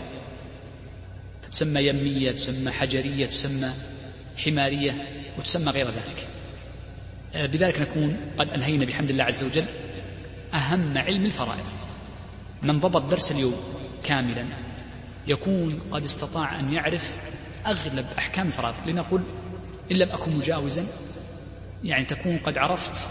تسمى يمية، تسمى حجرية، تسمى حمارية، وتسمى غير ذلك. بذلك نكون قد أنهينا بحمد الله عز وجل أهم علم الفرائض. من ضبط درس اليوم كاملا يكون قد استطاع أن يعرف أغلب أحكام الفرائض. لنقول إن لم أكن مجاوزا يعني تكون قد عرفت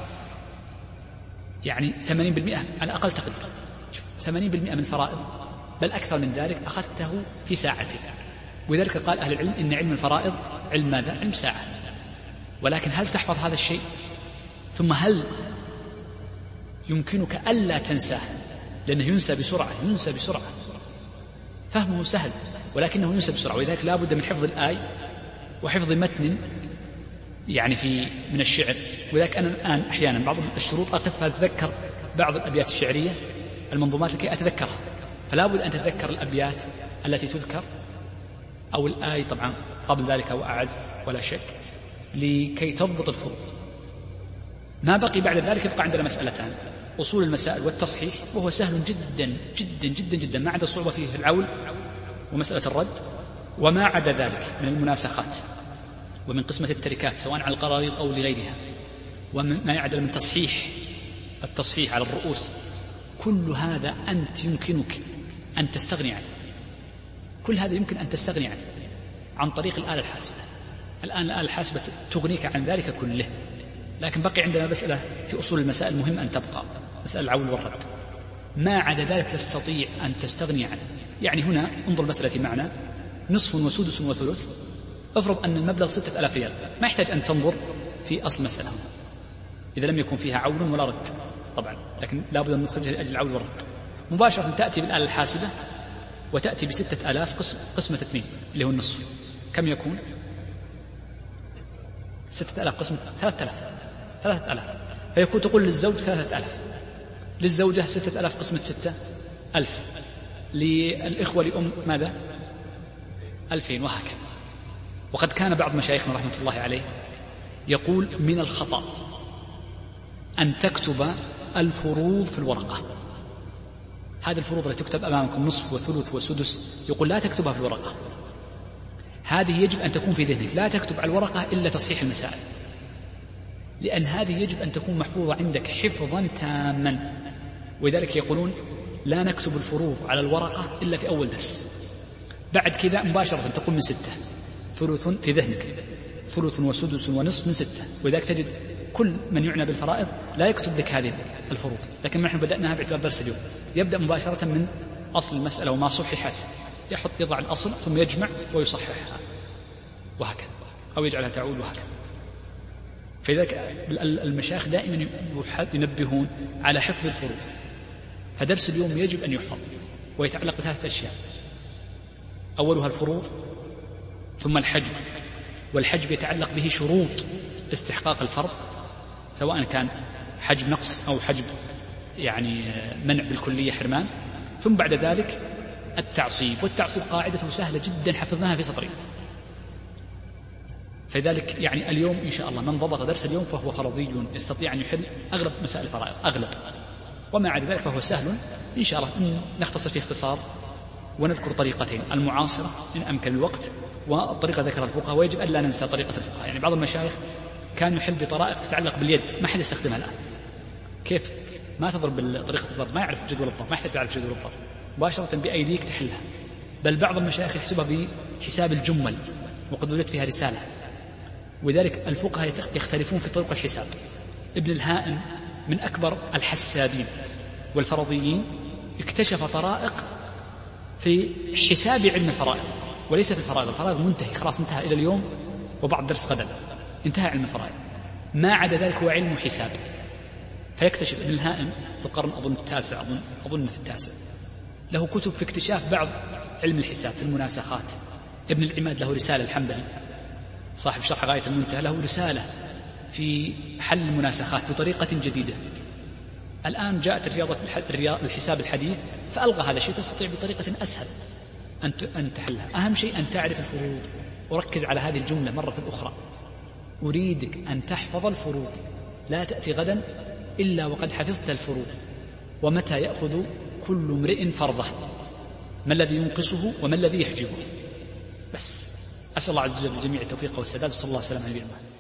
يعني 80% على أقل تقدير. 80% من الفرائض بل أكثر من ذلك أخذته في ساعته. ولذلك قال أهل العلم إن علم الفرائض علم ماذا؟ علم ساعة. ولكن هل تحفظ هذا الشيء؟ ثم هل يمكنك ألا تنساه؟ لأنه ينسى بسرعة. فهمه سهل ولكنه ينسى بسرعة. ولذلك لا بد من حفظ الآية وحفظ متن يعني من الشعر. ولذلك أنا الآن أحيانا بعض الشروط أتذكر بعض الأبيات الشعرية المنظومات لكي أتذكرها، فلا بد أن تتذكر الأبيات التي تذكر أو الآية طبعا قبل ذلك وأعز ولا شك لكي تضبط الفروض. ما بقي بعد ذلك يبقى عندنا مسألتان: أصول المسائل والتصحيح، وهو سهل جدا جدا جدا جدا، ما عدا صعوبة فيه في العول ومسألة الرد. وما عدا ذلك من المناسخات ومن قسمة التركات سواء على القراريط أو لغيرها، وما يعدل من التصحيح على الرؤوس، كل هذا أنت يمكنك أن تستغني عنه. كل هذا يمكن أن تستغني عنه عن طريق الآلة الحاسبة. الآن الآلة الحاسبة تغنيك عن ذلك كله. لكن بقي عندنا مسألة في أصول المسائل مهم أن تبقى، مسألة العول والرد. ما عدا ذلك تستطيع أن تستغني عنه. يعني هنا انظر المسألة معنا: نصف وسدس وثلث. افرض أن المبلغ 6000 ريال، ما يحتاج أن تنظر في أصل المسألة إذا لم يكن فيها عول ولا رد طبعا، لكن لا بد أن نخرجها لأجل العول والرد. مباشرة تأتي بالآلة الحاسبة وتأتي ب6000 قسمة 2 اللي هو النصف. كم يكون؟ 6000 قسمة 3000 فيكون تقول للزوج 3000، للزوجة 6000 قسمة 6000، للإخوة لأم ماذا؟ 2000، وهكذا. وقد كان بعض مشايخنا رحمة الله عليه يقول: من الخطأ أن تكتب الفروض في الورقة. هذه الفروض التي تكتب أمامكم نصف وثلث وسدس، يقول لا تكتبها في الورقة. هذه يجب أن تكون في ذهنك، لا تكتب على الورقة إلا تصحيح المسائل، لأن هذه يجب أن تكون محفوظة عندك حفظا تاما. ولذلك يقولون لا نكتب الفروض على الورقة إلا في أول درس. بعد كذا مباشرة تقول من 6، ثلث في ذهنك، ثلث وسدس ونصف من 6. ولذلك تجد كل من يعنى بالفرائض لا يكتب لك هذه الفروض. لكن نحن بدأناها باعتبار درس اليوم، يبدأ مباشرة من أصل المسألة وما صححت، يضع الأصل ثم يجمع ويصححها وهكذا، أو يجعلها تعود وهكذا. فلذلك المشايخ دائما ينبهون على حفظ الفروض. فدرس اليوم يجب أن يحفظ ويتعلق بثلاثة أشياء: أولها الفروض، ثم الحجب. والحجب يتعلق به شروط استحقاق الفرض، سواء كان حجب نقص أو حجب يعني منع بالكلية حرمان. ثم بعد ذلك التعصيب، والتعصيب قاعدته سهلة جدا حفظناها في سطرين. فذلك يعني اليوم إن شاء الله من ضبط درس اليوم فهو فرضي يستطيع أن يحل أغلب مسائل الفرائض، أغلب. وما عدا ذلك فهو سهل إن شاء الله. نختصر فيه اختصار ونذكر طريقتين: المعاصرة إن أمكن الوقت، والطريقة ذكر الفقهاء، ويجب أن لا ننسى طريقة الفقهاء. يعني بعض المشايخ كان يحل بطرائق تتعلق باليد ما حد يستخدمها الآن. كيف ما تضرب بطريقة الضرب؟ ما يعرف جدول الضرب، ما يحتاج يعرف جدول الضرب، مباشرة بأيديك تحلها. بل بعض المشايخ يحسبها بحساب الجمل، وقد وجدت فيها رسالة. وذلك الفقهاء يختلفون في طرق الحساب. ابن الهائم من أكبر الحسابين والفرضيين اكتشف طرائق في حساب علم الفرائض وليس في الفرائض. الفرائض منتهي خلاص، انتهى إلى اليوم وبعض درس غدا، انتهى علم الفرائض. ما عدا ذلك هو علم حساب. فيكتشف ابن الهائم في القرن أظن التاسع، أظن في التاسع، له كتب في اكتشاف بعض علم الحساب في المناسخات. ابن العماد له رسالة، الحنبلي صاحب شرح غاية المنتهى، له رسالة في حل المناسخات بطريقة جديدة. الآن جاءت الحساب الحديث فألغى هذا الشيء، تستطيع بطريقة أسهل أن تحلها. أهم شيء أن تعرف الفروض. وركز على هذه الجملة مرة أخرى: أريدك أن تحفظ الفروض، لا تأتي غدا إلا وقد حفظت الفروض. ومتى يأخذ كل امرئ فرضه؟ ما الذي ينقصه وما الذي يحجبه؟ بس أسأل الله عز وجل الجميع التوفيق والسداد، وصلى الله وسلم على نبينا محمد.